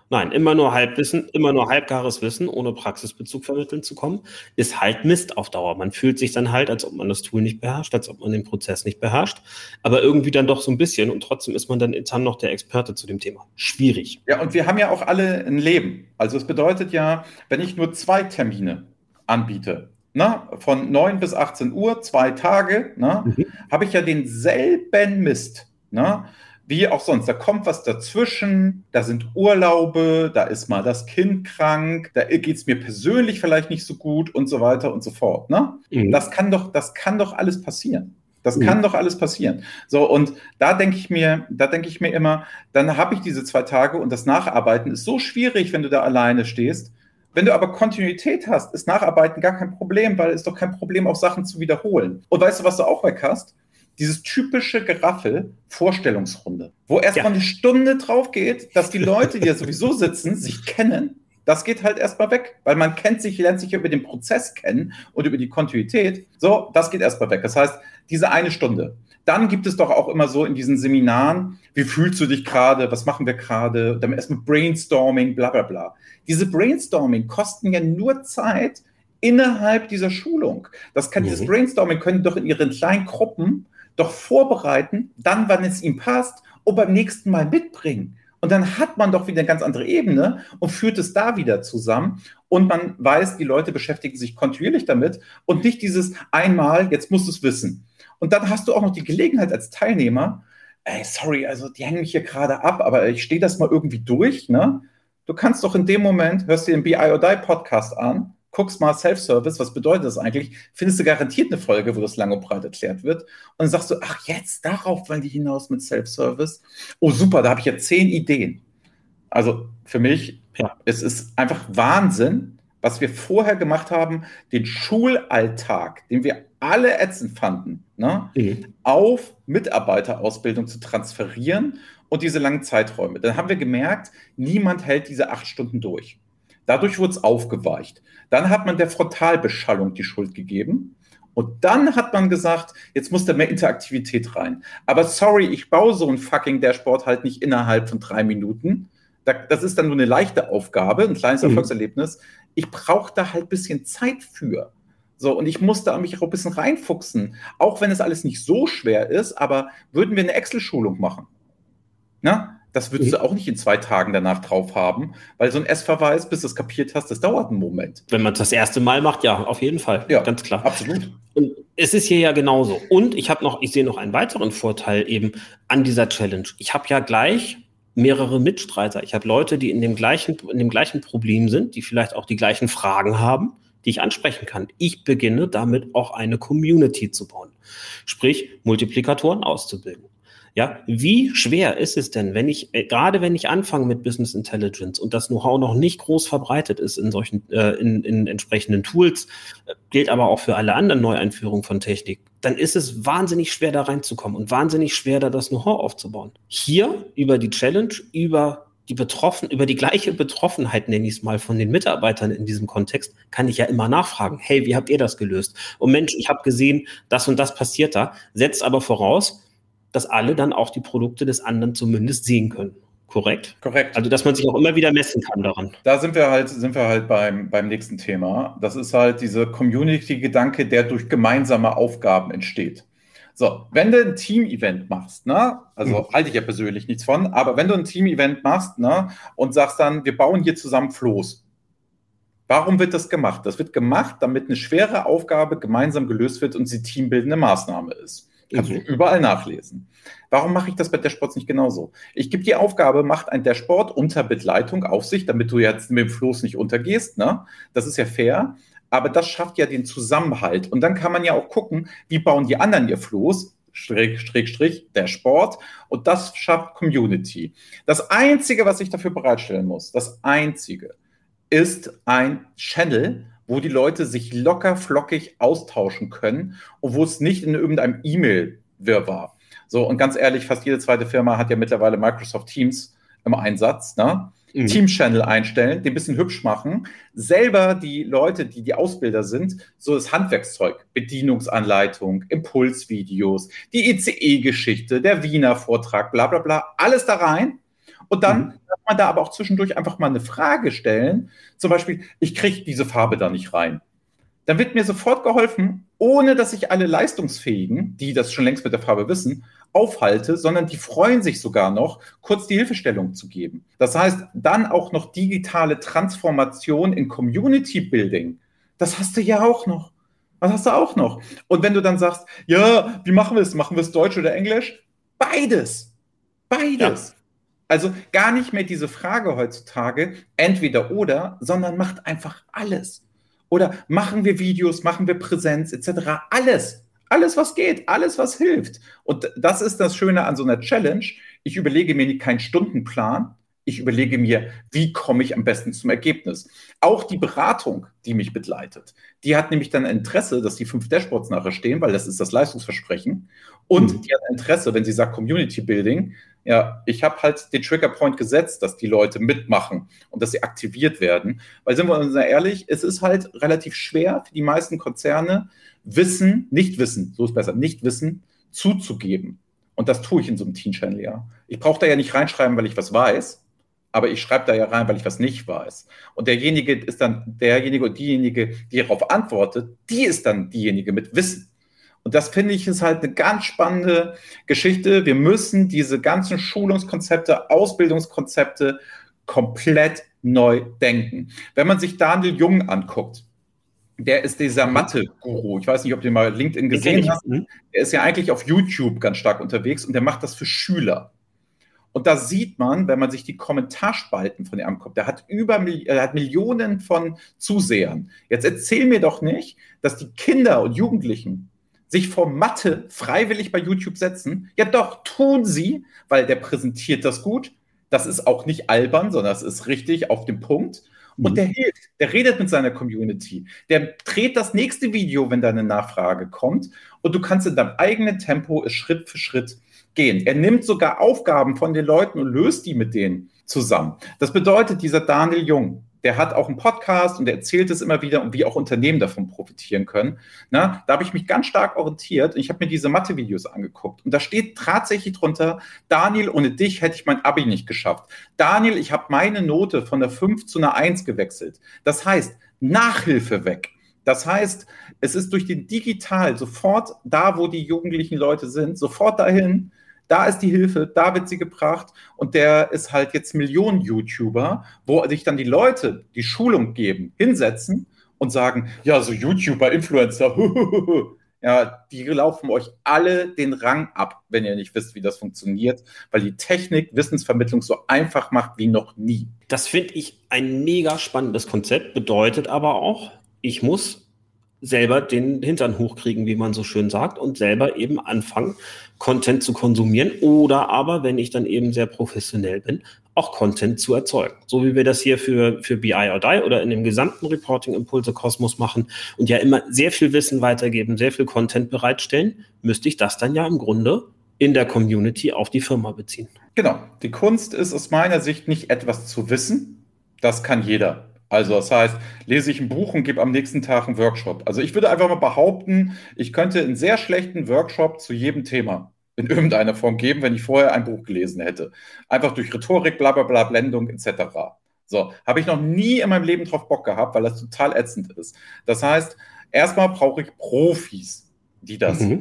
Nein, immer nur Halbwissen, immer nur halbgares Wissen, ohne Praxisbezug vermitteln zu kommen, ist halt Mist auf Dauer. Man fühlt sich dann halt, als ob man das Tool nicht beherrscht, als ob man den Prozess nicht beherrscht, aber irgendwie dann doch so ein bisschen und trotzdem ist man dann intern noch der Experte zu dem Thema. Schwierig. Ja, und wir haben ja auch alle ein Leben. Also es bedeutet ja, wenn ich nur 2 Termine anbiete, von 9 bis 18 Uhr, 2 Tage, habe ich ja denselben Mist, wie auch sonst. Da kommt was dazwischen, da sind Urlaube, da ist mal das Kind krank, da geht es mir persönlich vielleicht nicht so gut und so weiter und so fort. Das kann doch alles passieren. Das kann doch alles passieren. So, und da denke ich mir immer, dann habe ich diese 2 Tage und das Nacharbeiten ist so schwierig, wenn du da alleine stehst. Wenn du aber Kontinuität hast, ist Nacharbeiten gar kein Problem, weil es doch kein Problem, auch Sachen zu wiederholen. Und weißt du, was du auch weg hast? Dieses typische Geraffel, Vorstellungsrunde, wo erstmal eine Stunde drauf geht, dass die Leute, die ja sowieso sitzen, sich kennen. Das geht halt erstmal weg, weil man lernt sich über den Prozess kennen und über die Kontinuität. So, das geht erstmal weg. Das heißt, diese eine Stunde. Dann gibt es doch auch immer so in diesen Seminaren, wie fühlst du dich gerade, was machen wir gerade, dann erstmal Brainstorming, bla bla bla. Diese Brainstorming kosten ja nur Zeit innerhalb dieser Schulung. Dieses Brainstorming können doch in ihren kleinen Gruppen doch vorbereiten, dann, wann es ihm passt, und beim nächsten Mal mitbringen. Und dann hat man doch wieder eine ganz andere Ebene und führt es da wieder zusammen. Und man weiß, die Leute beschäftigen sich kontinuierlich damit und nicht dieses einmal, jetzt musst du es wissen. Und dann hast du auch noch die Gelegenheit als Teilnehmer, sorry, also die hängen mich hier gerade ab, aber ich stehe das mal irgendwie durch. Du kannst doch in dem Moment, hörst dir den BI or Die Podcast an, guckst mal Self-Service, was bedeutet das eigentlich? Findest du garantiert eine Folge, wo das lang und breit erklärt wird. Und dann sagst du, ach, jetzt darauf wollen die hinaus mit Self-Service. Oh, super, da habe ich ja 10 Ideen. Also für mich, es ist einfach Wahnsinn, was wir vorher gemacht haben, den Schulalltag, den wir alle ätzend fanden, auf Mitarbeiterausbildung zu transferieren und diese langen Zeiträume. Dann haben wir gemerkt, niemand hält diese 8 Stunden durch. Dadurch wurde es aufgeweicht. Dann hat man der Frontalbeschallung die Schuld gegeben. Und dann hat man gesagt, jetzt muss da mehr Interaktivität rein. Aber sorry, ich baue so ein fucking Dashboard halt nicht innerhalb von 3 Minuten. Das ist dann nur eine leichte Aufgabe, ein kleines Erfolgserlebnis. Ich brauche da halt ein bisschen Zeit für. So, und ich muss da mich auch ein bisschen reinfuchsen. Auch wenn es alles nicht so schwer ist, aber würden wir eine Excel-Schulung machen, das würdest du auch nicht in 2 Tagen danach drauf haben, weil so ein S-Verweis, bis du es kapiert hast, das dauert einen Moment. Wenn man es das erste Mal macht, ja, auf jeden Fall. Ja, ganz klar. Absolut. Und es ist hier ja genauso. Und ich sehe noch einen weiteren Vorteil eben an dieser Challenge. Ich habe ja gleich mehrere Mitstreiter. Ich habe Leute, die in dem gleichen Problem sind, die vielleicht auch die gleichen Fragen haben, die ich ansprechen kann. Ich beginne damit auch eine Community zu bauen. Sprich, Multiplikatoren auszubilden. Ja, wie schwer ist es denn, gerade wenn ich anfange mit Business Intelligence und das Know-how noch nicht groß verbreitet ist in solchen, in entsprechenden Tools, gilt aber auch für alle anderen Neueinführungen von Technik, dann ist es wahnsinnig schwer, da reinzukommen und wahnsinnig schwer, da das Know-how aufzubauen. Hier über die Challenge, über die gleiche Betroffenheit, nenne ich es mal, von den Mitarbeitern in diesem Kontext, kann ich ja immer nachfragen. Hey, wie habt ihr das gelöst? Und Mensch, ich habe gesehen, das und das passiert da, setzt aber voraus, dass alle dann auch die Produkte des anderen zumindest sehen können. Korrekt? Korrekt. Also, dass man sich auch immer wieder messen kann daran. Da sind wir halt beim nächsten Thema. Das ist halt dieser Community-Gedanke, der durch gemeinsame Aufgaben entsteht. So, wenn du ein Team-Event machst, halte ich ja persönlich nichts von, aber wenn du ein Team-Event machst, und sagst dann, wir bauen hier zusammen Floß. Warum wird das gemacht? Das wird gemacht, damit eine schwere Aufgabe gemeinsam gelöst wird und sie teambildende Maßnahme ist. Kannst du überall nachlesen. Warum mache ich das bei Dashboards nicht genauso? Ich gebe die Aufgabe, macht ein Dashboard unter Begleitung, Aufsicht, damit du jetzt mit dem Floß nicht untergehst. Das ist ja fair, aber das schafft ja den Zusammenhalt. Und dann kann man ja auch gucken, wie bauen die anderen ihr Floß, Dashboard, und das schafft Community. Das Einzige, was ich dafür bereitstellen muss, ist ein Channel, wo die Leute sich locker flockig austauschen können und wo es nicht in irgendeinem E-Mail-Wirrwarr. So, und ganz ehrlich, fast jede zweite Firma hat ja mittlerweile Microsoft Teams im Einsatz, Team-Channel einstellen, den ein bisschen hübsch machen, selber die Leute, die Ausbilder sind, so das Handwerkszeug, Bedienungsanleitung, Impulsvideos, die ICE-Geschichte, der Wiener Vortrag, bla bla bla, alles da rein. Und dann kann man da aber auch zwischendurch einfach mal eine Frage stellen. Zum Beispiel, ich kriege diese Farbe da nicht rein. Dann wird mir sofort geholfen, ohne dass ich alle Leistungsfähigen, die das schon längst mit der Farbe wissen, aufhalte, sondern die freuen sich sogar noch, kurz die Hilfestellung zu geben. Das heißt, dann auch noch digitale Transformation in Community Building. Das hast du ja auch noch. Was hast du auch noch? Und wenn du dann sagst, ja, wie machen wir es? Machen wir es Deutsch oder Englisch? Beides. Beides. Ja. Also gar nicht mehr diese Frage heutzutage, entweder oder, sondern macht einfach alles. Oder machen wir Videos, machen wir Präsenz etc. Alles. Alles, was geht, alles, was hilft. Und das ist das Schöne an so einer Challenge. Ich überlege mir keinen Stundenplan. Ich überlege mir, wie komme ich am besten zum Ergebnis. Auch die Beratung, die mich begleitet, die hat nämlich dann Interesse, dass die 5 Dashboards nachher stehen, weil das ist das Leistungsversprechen. Und die hat Interesse, wenn sie sagt Community Building, ja, ich habe halt den Triggerpoint gesetzt, dass die Leute mitmachen und dass sie aktiviert werden. Weil, sind wir uns ehrlich, es ist halt relativ schwer für die meisten Konzerne, nicht Wissen zuzugeben. Und das tue ich in so einem Team-Channel, ja. Ich brauche da ja nicht reinschreiben, weil ich was weiß, aber ich schreibe da ja rein, weil ich was nicht weiß. Und derjenige ist dann derjenige und diejenige, die darauf antwortet, die ist dann diejenige mit Wissen. Und das finde ich ist halt eine ganz spannende Geschichte. Wir müssen diese ganzen Schulungskonzepte, Ausbildungskonzepte komplett neu denken. Wenn man sich Daniel Jung anguckt, der ist dieser Mathe-Guru. Ich weiß nicht, ob du mal LinkedIn gesehen hast. Der ist ja eigentlich auf YouTube ganz stark unterwegs und der macht das für Schüler. Und da sieht man, wenn man sich die Kommentarspalten von ihm anguckt, er hat Millionen von Zusehern. Jetzt erzähl mir doch nicht, dass die Kinder und Jugendlichen sich vor Mathe freiwillig bei YouTube setzen. Ja doch, tun sie, weil der präsentiert das gut. Das ist auch nicht albern, sondern das ist richtig auf den Punkt. Und der hilft, der redet mit seiner Community. Der dreht das nächste Video, wenn da eine Nachfrage kommt. Und du kannst in deinem eigenen Tempo es Schritt für Schritt gehen. Er nimmt sogar Aufgaben von den Leuten und löst die mit denen zusammen. Das bedeutet, dieser Daniel Jung, der hat auch einen Podcast und der erzählt es immer wieder und wie auch Unternehmen davon profitieren können. Da habe ich mich ganz stark orientiert und ich habe mir diese Mathe-Videos angeguckt. Und da steht tatsächlich drunter, Daniel, ohne dich hätte ich mein Abi nicht geschafft. Daniel, ich habe meine Note von der 5 zu einer 1 gewechselt. Das heißt, Nachhilfe weg. Das heißt, es ist durch den Digital sofort da, wo die jugendlichen Leute sind, sofort dahin. Da ist die Hilfe, da wird sie gebracht und der ist halt jetzt Millionen-YouTuber, wo sich dann die Leute die Schulung geben, hinsetzen und sagen, ja, so YouTuber, Influencer, ja, die laufen euch alle den Rang ab, wenn ihr nicht wisst, wie das funktioniert, weil die Technik Wissensvermittlung so einfach macht wie noch nie. Das finde ich ein mega spannendes Konzept, bedeutet aber auch, ich muss selber den Hintern hochkriegen, wie man so schön sagt, und selber eben anfangen, Content zu konsumieren oder aber, wenn ich dann eben sehr professionell bin, auch Content zu erzeugen. So wie wir das hier für BI or Die oder in dem gesamten Reporting-Impulse-Kosmos machen und ja immer sehr viel Wissen weitergeben, sehr viel Content bereitstellen, müsste ich das dann ja im Grunde in der Community auf die Firma beziehen. Genau. Die Kunst ist aus meiner Sicht nicht etwas zu wissen. Das kann jeder. Also das heißt, lese ich ein Buch und gebe am nächsten Tag einen Workshop. Also ich würde einfach mal behaupten, ich könnte einen sehr schlechten Workshop zu jedem Thema in irgendeiner Form geben, wenn ich vorher ein Buch gelesen hätte. Einfach durch Rhetorik, bla bla bla, Blendung etc. So, habe ich noch nie in meinem Leben drauf Bock gehabt, weil das total ätzend ist. Das heißt, erstmal brauche ich Profis, die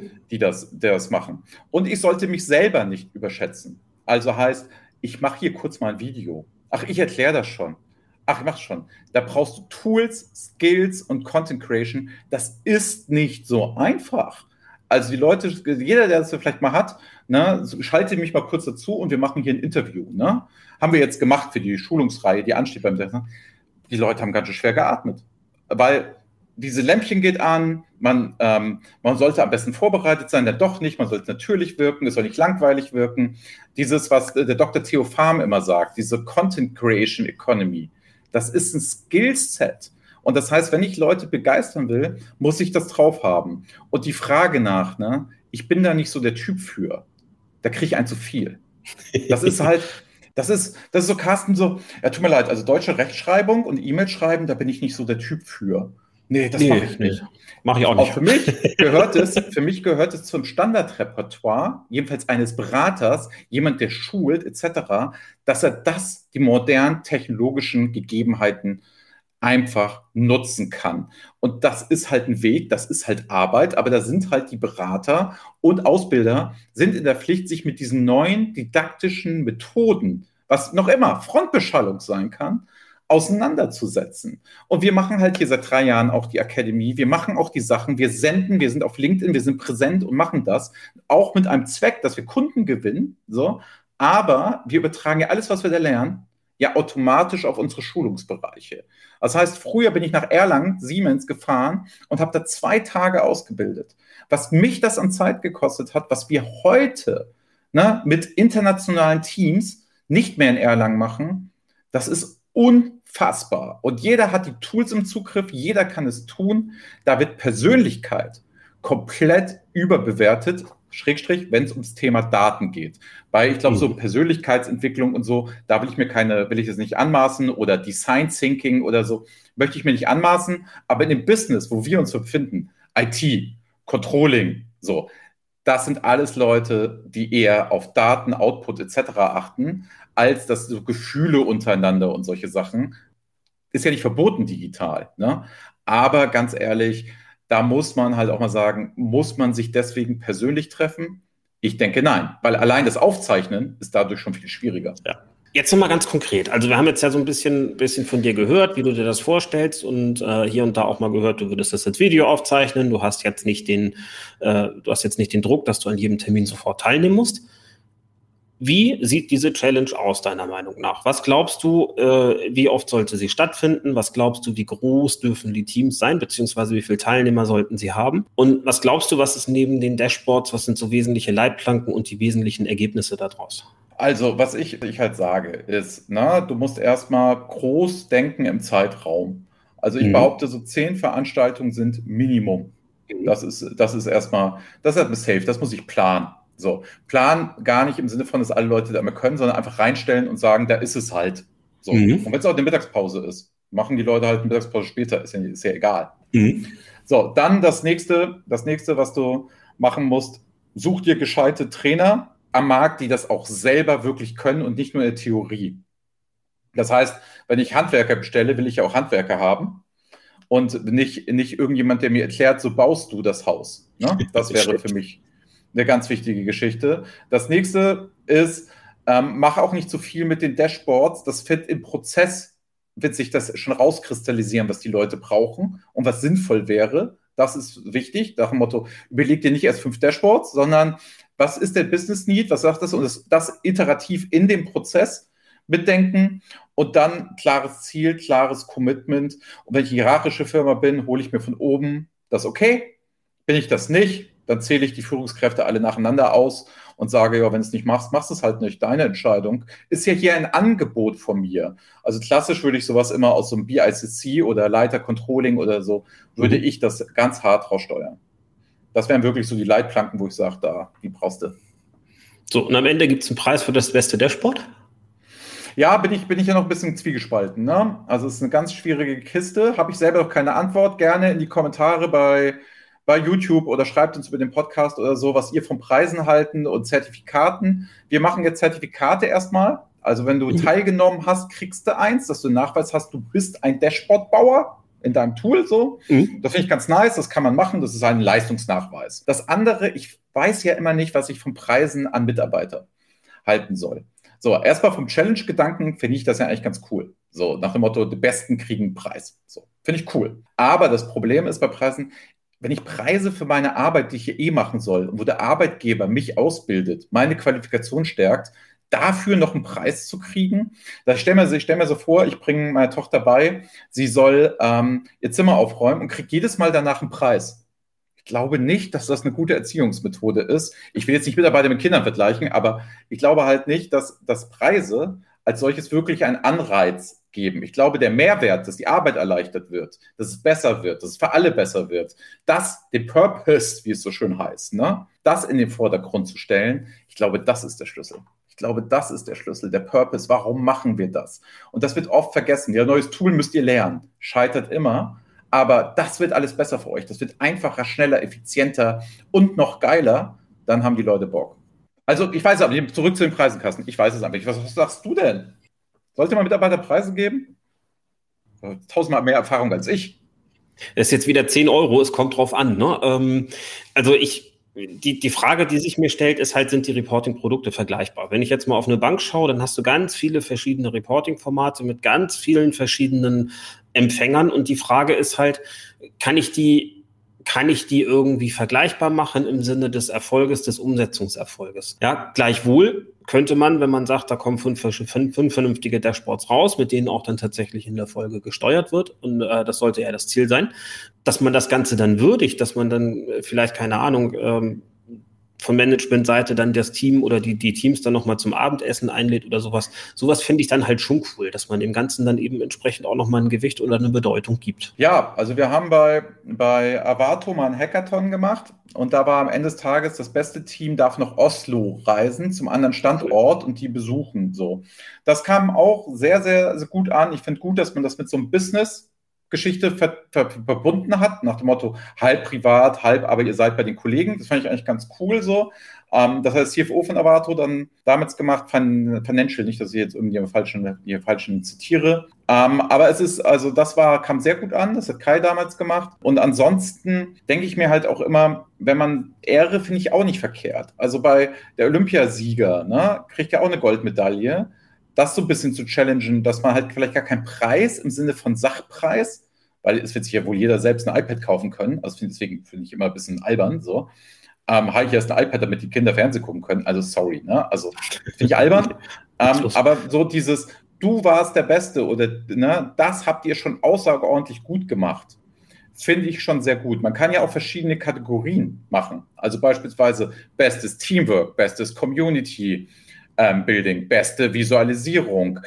das machen. Und ich sollte mich selber nicht überschätzen. Also heißt, ich mache hier kurz mal ein Video. Ach, ich erkläre das schon. Ach, ich mach's schon. Da brauchst du Tools, Skills und Content Creation. Das ist nicht so einfach. Also die Leute, jeder, der das vielleicht mal hat, ne, schalte mich mal kurz dazu und wir machen hier ein Interview. Ne? Haben wir jetzt gemacht für die Schulungsreihe, die ansteht beim Treffen. Die Leute haben ganz schön schwer geatmet. Weil diese Lämpchen geht an, man sollte am besten vorbereitet sein, dann doch nicht, man sollte natürlich wirken, es soll nicht langweilig wirken. Dieses, was der Dr. Theo Pham immer sagt, diese Content Creation Economy, das ist ein Skillset. Und das heißt, wenn ich Leute begeistern will, muss ich das drauf haben. Und die Frage nach, ne, ich bin da nicht so der Typ für, da kriege ich ein zu viel. Das ist halt, das ist so, Carsten, so, ja, tut mir leid, also deutsche Rechtschreibung und E-Mail schreiben, da bin ich nicht so der Typ für. Nee, das mache ich nicht. Mache ich auch nicht. Auch für mich gehört es zum Standardrepertoire, jedenfalls eines Beraters, jemand, der schult, etc., dass er die modernen technologischen Gegebenheiten einfach nutzen kann. Und das ist halt ein Weg, das ist halt Arbeit, aber da sind halt die Berater und Ausbilder sind in der Pflicht, sich mit diesen neuen didaktischen Methoden, was noch immer Frontbeschallung sein kann, auseinanderzusetzen. Und wir machen halt hier seit 3 Jahren auch die Akademie. Wir machen auch die Sachen. Wir senden, wir sind auf LinkedIn, wir sind präsent und machen das. Auch mit einem Zweck, dass wir Kunden gewinnen. So. Aber wir übertragen ja alles, was wir da lernen, ja automatisch auf unsere Schulungsbereiche. Das heißt, früher bin ich nach Erlangen, Siemens gefahren und habe da 2 Tage ausgebildet. Was mich das an Zeit gekostet hat, was wir heute mit internationalen Teams nicht mehr in Erlangen machen, das ist unfassbar. Und jeder hat die Tools im Zugriff, jeder kann es tun. Da wird Persönlichkeit komplett überbewertet, Schrägstrich, wenn es ums Thema Daten geht. Weil ich glaube, so Persönlichkeitsentwicklung und so, da will ich es nicht anmaßen oder Design Thinking oder so, möchte ich mir nicht anmaßen. Aber in dem Business, wo wir uns befinden, IT, Controlling, so, das sind alles Leute, die eher auf Daten, Output etc. achten, als dass so Gefühle untereinander und solche Sachen. Ist ja nicht verboten digital, ne? Aber ganz ehrlich, da muss man halt auch mal sagen, muss man sich deswegen persönlich treffen? Ich denke nein, weil allein das Aufzeichnen ist dadurch schon viel schwieriger. Ja. Jetzt nochmal ganz konkret. Also wir haben jetzt ja so ein bisschen von dir gehört, wie du dir das vorstellst und hier und da auch mal gehört, du würdest das als Video aufzeichnen. Du hast jetzt nicht den Druck, dass du an jedem Termin sofort teilnehmen musst. Wie sieht diese Challenge aus, deiner Meinung nach? Was glaubst du, wie oft sollte sie stattfinden? Was glaubst du, wie groß dürfen die Teams sein? Beziehungsweise wie viele Teilnehmer sollten sie haben? Und was glaubst du, was ist neben den Dashboards, was sind so wesentliche Leitplanken und die wesentlichen Ergebnisse daraus? Also, was ich halt sage, ist, du musst erstmal groß denken im Zeitraum. Also ich behaupte, so 10 Veranstaltungen sind Minimum. Das ist erstmal safe, das muss ich planen. So, Plan gar nicht im Sinne von, dass alle Leute da immer können, sondern einfach reinstellen und sagen, da ist es halt. So. Und wenn es auch eine Mittagspause ist, machen die Leute halt eine Mittagspause später, ist ja egal. So, dann das nächste, was du machen musst, such dir gescheite Trainer am Markt, die das auch selber wirklich können und nicht nur in der Theorie. Das heißt, wenn ich Handwerker bestelle, will ich ja auch Handwerker haben und nicht irgendjemand, der mir erklärt, so baust du das Haus. Ne? Das wäre für mich eine ganz wichtige Geschichte. Das nächste ist, mach auch nicht zu viel mit den Dashboards. Das wird im Prozess, wird sich das schon rauskristallisieren, was die Leute brauchen und was sinnvoll wäre. Das ist wichtig. Nach dem Motto, überleg dir nicht erst 5 Dashboards, sondern was ist der Business Need? Was sagt das? Und das iterativ in dem Prozess mitdenken und dann klares Ziel, klares Commitment. Und wenn ich hierarchische Firma bin, hole ich mir von oben das okay. Bin ich das nicht, dann zähle ich die Führungskräfte alle nacheinander aus und sage, ja, wenn du es nicht machst, machst du es halt nicht. Deine Entscheidung. Ist ja hier ein Angebot von mir. Also klassisch würde ich sowas immer aus so einem BICC oder Leiter Controlling oder so, würde ich das ganz hart raussteuern. Das wären wirklich so die Leitplanken, wo ich sage, die brauchst du. So, und am Ende gibt es einen Preis für das beste Dashboard? Ja, bin ich ja noch ein bisschen zwiegespalten. Ne? Also es ist eine ganz schwierige Kiste. Habe ich selber noch keine Antwort. Gerne in die Kommentare bei YouTube oder schreibt uns über den Podcast oder so, was ihr von Preisen halten und Zertifikaten. Wir machen jetzt Zertifikate erstmal. Also wenn du teilgenommen hast, kriegst du eins, dass du einen Nachweis hast, du bist ein Dashboard-Bauer in deinem Tool. So. Das finde ich ganz nice, das kann man machen, das ist ein Leistungsnachweis. Das andere, ich weiß ja immer nicht, was ich von Preisen an Mitarbeiter halten soll. So, erstmal vom Challenge-Gedanken finde ich das ja eigentlich ganz cool. So, nach dem Motto, die Besten kriegen einen Preis. So, finde ich cool. Aber das Problem ist bei Preisen, wenn ich Preise für meine Arbeit, die ich hier machen soll, wo der Arbeitgeber mich ausbildet, meine Qualifikation stärkt, dafür noch einen Preis zu kriegen, ich stelle mir so vor, ich bringe meine Tochter bei, sie soll ihr Zimmer aufräumen und kriegt jedes Mal danach einen Preis. Ich glaube nicht, dass das eine gute Erziehungsmethode ist. Ich will jetzt nicht Mitarbeiter mit Kindern vergleichen, aber ich glaube halt nicht, dass Preise als solches wirklich einen Anreiz geben. Ich glaube, der Mehrwert, dass die Arbeit erleichtert wird, dass es besser wird, dass es für alle besser wird, den Purpose, wie es so schön heißt, ne, das in den Vordergrund zu stellen, ich glaube, das ist der Schlüssel. Ich glaube, das ist der Schlüssel, der Purpose. Warum machen wir das? Und das wird oft vergessen. Ja, neues Tool müsst ihr lernen. Scheitert immer. aber das wird alles besser für euch. Das wird einfacher, schneller, effizienter und noch geiler. Dann haben die Leute Bock. Also ich weiß aber, zurück zu den Preisen, Carsten. Ich weiß es einfach nicht. Was sagst du denn? Sollte man Mitarbeiter Preise geben? 1000-mal mehr Erfahrung als ich. Das ist jetzt wieder 10 Euro, es kommt drauf an. Ne? Die Frage, die sich mir stellt, ist halt, sind die Reporting-Produkte vergleichbar? Wenn ich jetzt mal auf eine Bank schaue, dann hast du ganz viele verschiedene Reporting-Formate mit ganz vielen verschiedenen Empfängern und die Frage ist halt, kann ich die irgendwie vergleichbar machen im Sinne des Erfolges, des Umsetzungserfolges? Ja, gleichwohl könnte man, wenn man sagt, da kommen fünf vernünftige Dashboards raus, mit denen auch dann tatsächlich in der Folge gesteuert wird, und das sollte ja das Ziel sein, dass man das Ganze dann würdigt, dass man dann vielleicht, keine Ahnung, von Managementseite dann das Team oder die Teams dann nochmal zum Abendessen einlädt oder sowas. Sowas finde ich dann halt schon cool, dass man dem Ganzen dann eben entsprechend auch nochmal ein Gewicht oder eine Bedeutung gibt. Ja, also wir haben bei Avato mal einen Hackathon gemacht und da war am Ende des Tages, das beste Team darf nach Oslo reisen, zum anderen Standort und die besuchen. So. Das kam auch sehr, sehr, sehr gut an. Ich finde gut, dass man das mit so einem Business-Geschichte verbunden hat, nach dem Motto, halb privat, halb, aber ihr seid bei den Kollegen. Das fand ich eigentlich ganz cool so. Das hat der CFO von Avato dann damals gemacht, Financial, nicht, dass ich jetzt irgendwie falschen zitiere. Aber es ist, also kam sehr gut an, das hat Kai damals gemacht. Und ansonsten denke ich mir halt auch immer, wenn man Ehre, finde ich auch nicht verkehrt. Also bei der Olympiasieger, ne, kriegt ja auch eine Goldmedaille. Das so ein bisschen zu challengen, dass man halt vielleicht gar keinen Preis im Sinne von Sachpreis, weil es wird sich ja wohl jeder selbst ein iPad kaufen können, also deswegen finde ich immer ein bisschen albern, so. Habe ich erst ein iPad, damit die Kinder Fernsehen gucken können, also sorry, ne, also finde ich albern, aber so dieses, du warst der Beste oder, ne, das habt ihr schon außerordentlich gut gemacht, finde ich schon sehr gut. Man kann ja auch verschiedene Kategorien machen, also beispielsweise bestes Teamwork, bestes Community, Building, beste Visualisierung,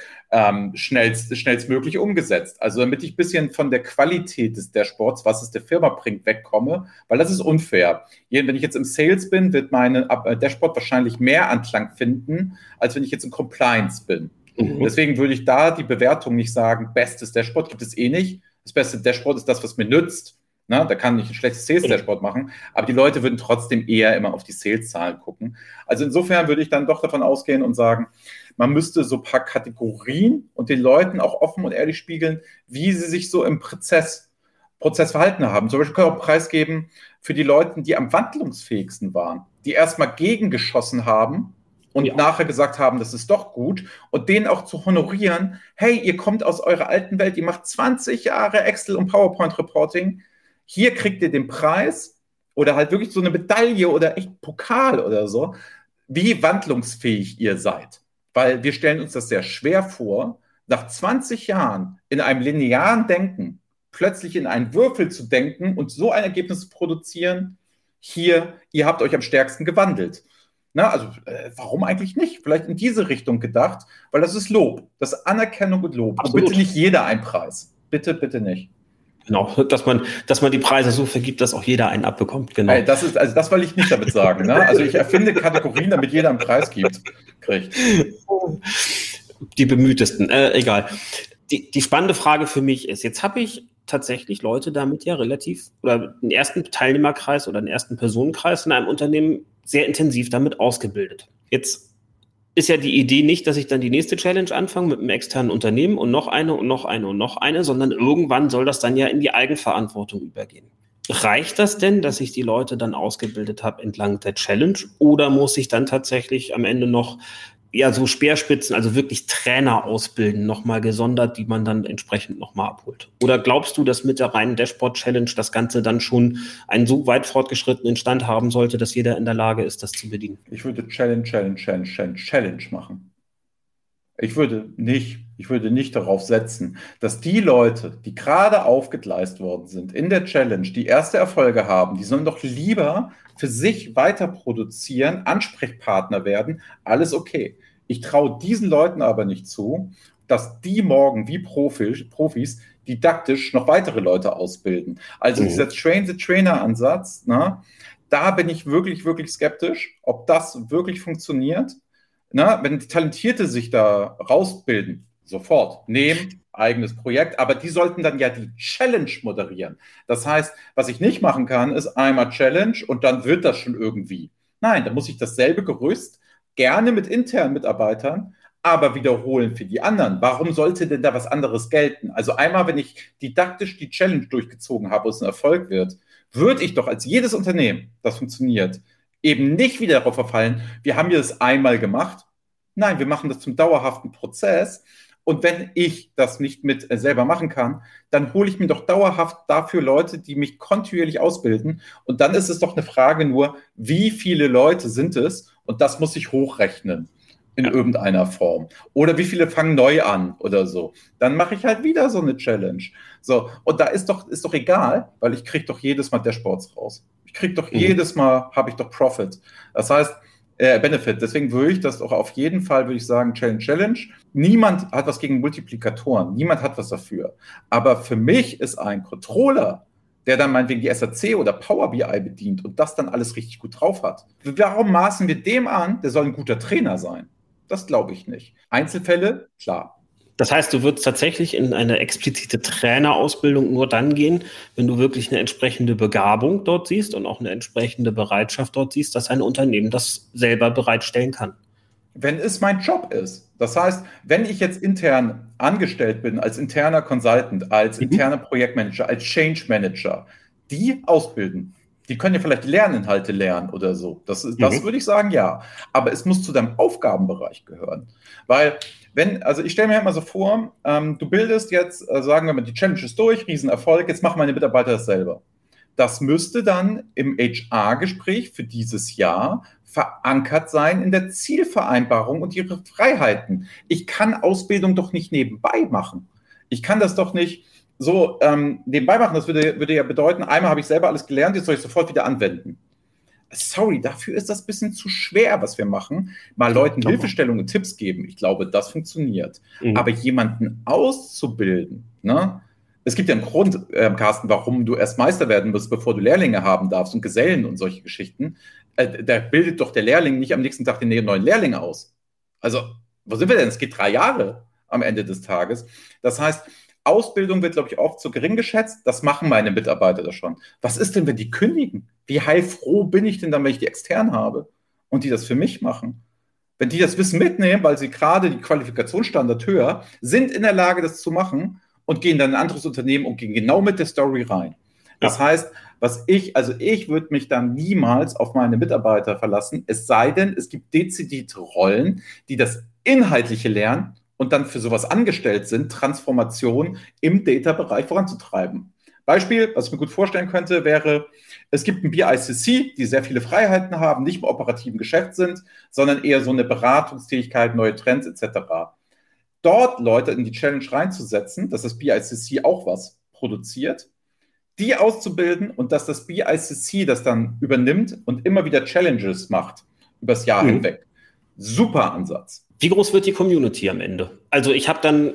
schnellstmöglich umgesetzt. Also damit ich ein bisschen von der Qualität des Dashboards, was es der Firma bringt, wegkomme, weil das ist unfair. Wenn ich jetzt im Sales bin, wird meine Dashboard wahrscheinlich mehr Anklang finden, als wenn ich jetzt in Compliance bin. Mhm. Deswegen würde ich da die Bewertung nicht sagen, bestes Dashboard gibt es eh nicht. Das beste Dashboard ist das, was mir nützt. Na, da kann ich ein schlechtes Sales-Dashboard machen, aber die Leute würden trotzdem eher immer auf die Sales-Zahlen gucken. Also insofern würde ich dann doch davon ausgehen und sagen, man müsste so ein paar Kategorien und den Leuten auch offen und ehrlich spiegeln, wie sie sich so im Prozess verhalten haben. Zum Beispiel können wir auch einen Preis geben für die Leute, die am wandlungsfähigsten waren, die erstmal gegengeschossen haben und nachher gesagt haben, das ist doch gut, und denen auch zu honorieren, hey, ihr kommt aus eurer alten Welt, ihr macht 20 Jahre Excel und PowerPoint-Reporting, hier kriegt ihr den Preis oder halt wirklich so eine Medaille oder echt Pokal oder so, wie wandlungsfähig ihr seid. Weil wir stellen uns das sehr schwer vor, nach 20 Jahren in einem linearen Denken plötzlich in einen Würfel zu denken und so ein Ergebnis zu produzieren, hier, ihr habt euch am stärksten gewandelt. Na, also warum eigentlich nicht? Vielleicht in diese Richtung gedacht, weil das ist Lob, das ist Anerkennung und Lob. Absolut. Und bitte nicht jeder einen Preis. Bitte, bitte nicht. Genau, dass man die Preise so vergibt, dass auch jeder einen abbekommt. Genau. Das will ich nicht damit sagen. Ne? Also ich erfinde Kategorien, damit jeder einen Preis kriegt. Die Bemühtesten, egal. Die spannende Frage für mich ist, jetzt habe ich tatsächlich Leute damit ja oder den ersten Teilnehmerkreis oder den ersten Personenkreis in einem Unternehmen sehr intensiv damit ausgebildet. Jetzt ist ja die Idee nicht, dass ich dann die nächste Challenge anfange mit einem externen Unternehmen und noch eine und noch eine und noch eine, sondern irgendwann soll das dann ja in die Eigenverantwortung übergehen. Reicht das denn, dass ich die Leute dann ausgebildet habe entlang der Challenge, oder muss ich dann tatsächlich am Ende noch so Speerspitzen, also wirklich Trainer ausbilden, nochmal gesondert, die man dann entsprechend nochmal abholt? Oder glaubst du, dass mit der reinen Dashboard-Challenge das Ganze dann schon einen so weit fortgeschrittenen Stand haben sollte, dass jeder in der Lage ist, das zu bedienen? Ich würde Challenge machen. Ich würde nicht darauf setzen, dass die Leute, die gerade aufgegleist worden sind in der Challenge, die erste Erfolge haben, die sollen doch lieber für sich weiter produzieren, Ansprechpartner werden, alles okay. Ich traue diesen Leuten aber nicht zu, dass die morgen wie Profis didaktisch noch weitere Leute ausbilden. Also dieser Train-the-Trainer-Ansatz, da bin ich wirklich, wirklich skeptisch, ob das wirklich funktioniert. Wenn die Talentierte sich da rausbilden, sofort nehmen, eigenes Projekt, aber die sollten dann ja die Challenge moderieren. Das heißt, was ich nicht machen kann, ist einmal Challenge und dann wird das schon irgendwie. Nein, da muss ich dasselbe Gerüst gerne mit internen Mitarbeitern, aber wiederholen für die anderen. Warum sollte denn da was anderes gelten? Also einmal, wenn ich didaktisch die Challenge durchgezogen habe, wo es ein Erfolg wird, würde ich doch als jedes Unternehmen, das funktioniert, eben nicht wieder darauf verfallen, wir haben hier das einmal gemacht. Nein, wir machen das zum dauerhaften Prozess. Und wenn ich das nicht mit selber machen kann, dann hole ich mir doch dauerhaft dafür Leute, die mich kontinuierlich ausbilden. Und dann ist es doch eine Frage nur, wie viele Leute sind es? Und das muss ich hochrechnen in irgendeiner Form. Oder wie viele fangen neu an oder so. Dann mache ich halt wieder so eine Challenge. So, und da ist doch egal, weil ich kriege doch jedes Mal Dashboards raus. Ich kriege doch jedes Mal, habe ich doch Profit. Das heißt, Benefit. Deswegen würde ich das auch auf jeden Fall, würde ich sagen, Challenge. Niemand hat was gegen Multiplikatoren. Niemand hat was dafür. Aber für mich ist ein Controller, der dann meinetwegen die SAC oder Power BI bedient und das dann alles richtig gut drauf hat. Warum maßen wir dem an, der soll ein guter Trainer sein? Das glaube ich nicht. Einzelfälle, klar. Das heißt, du würdest tatsächlich in eine explizite Trainerausbildung nur dann gehen, wenn du wirklich eine entsprechende Begabung dort siehst und auch eine entsprechende Bereitschaft dort siehst, dass ein Unternehmen das selber bereitstellen kann. Wenn es mein Job ist. Das heißt, wenn ich jetzt intern angestellt bin, als interner Consultant, als interner Projektmanager, als Change Manager, die ausbilden. Die können ja vielleicht Lerninhalte lernen oder so. Das würde ich sagen, ja. Aber es muss zu deinem Aufgabenbereich gehören. Weil, also ich stelle mir immer so vor, du bildest jetzt, sagen wir mal, die Challenge ist durch, Riesenerfolg, jetzt machen meine Mitarbeiter das selber. Das müsste dann im HR-Gespräch für dieses Jahr verankert sein in der Zielvereinbarung und ihre Freiheiten. Ich kann Ausbildung doch nicht nebenbei machen. Ich kann das doch nicht so nebenbei machen. Das würde ja bedeuten, einmal habe ich selber alles gelernt, jetzt soll ich sofort wieder anwenden. Sorry, dafür ist das ein bisschen zu schwer, was wir machen. Mal Leuten Hilfestellungen, Tipps geben. Ich glaube, das funktioniert. Aber jemanden auszubilden, ne? Es gibt ja einen Grund, Carsten, warum du erst Meister werden musst, bevor du Lehrlinge haben darfst und Gesellen und solche Geschichten. Da bildet doch der Lehrling nicht am nächsten Tag den neuen Lehrling aus. Also, wo sind wir denn? Es geht 3 Jahre am Ende des Tages. Das heißt, Ausbildung wird, glaube ich, oft zu gering geschätzt. Das machen meine Mitarbeiter da schon. Was ist denn, wenn die kündigen? Wie heilfroh bin ich denn dann, wenn ich die extern habe und die das für mich machen? Wenn die das Wissen mitnehmen, weil sie gerade die Qualifikationsstandard höher sind, in der Lage, das zu machen und gehen dann in ein anderes Unternehmen und gehen genau mit der Story rein. Das heißt, ich würde mich dann niemals auf meine Mitarbeiter verlassen, es sei denn, es gibt dezidierte Rollen, die das Inhaltliche lernen und dann für sowas angestellt sind, Transformation im Data-Bereich voranzutreiben. Beispiel, was ich mir gut vorstellen könnte, wäre, es gibt ein BICC, die sehr viele Freiheiten haben, nicht im operativen Geschäft sind, sondern eher so eine Beratungstätigkeit, neue Trends etc. Dort Leute in die Challenge reinzusetzen, dass das BICC auch was produziert, die auszubilden und dass das BICC das dann übernimmt und immer wieder Challenges macht übers Jahr hinweg. Super Ansatz. Wie groß wird die Community am Ende? Also ich habe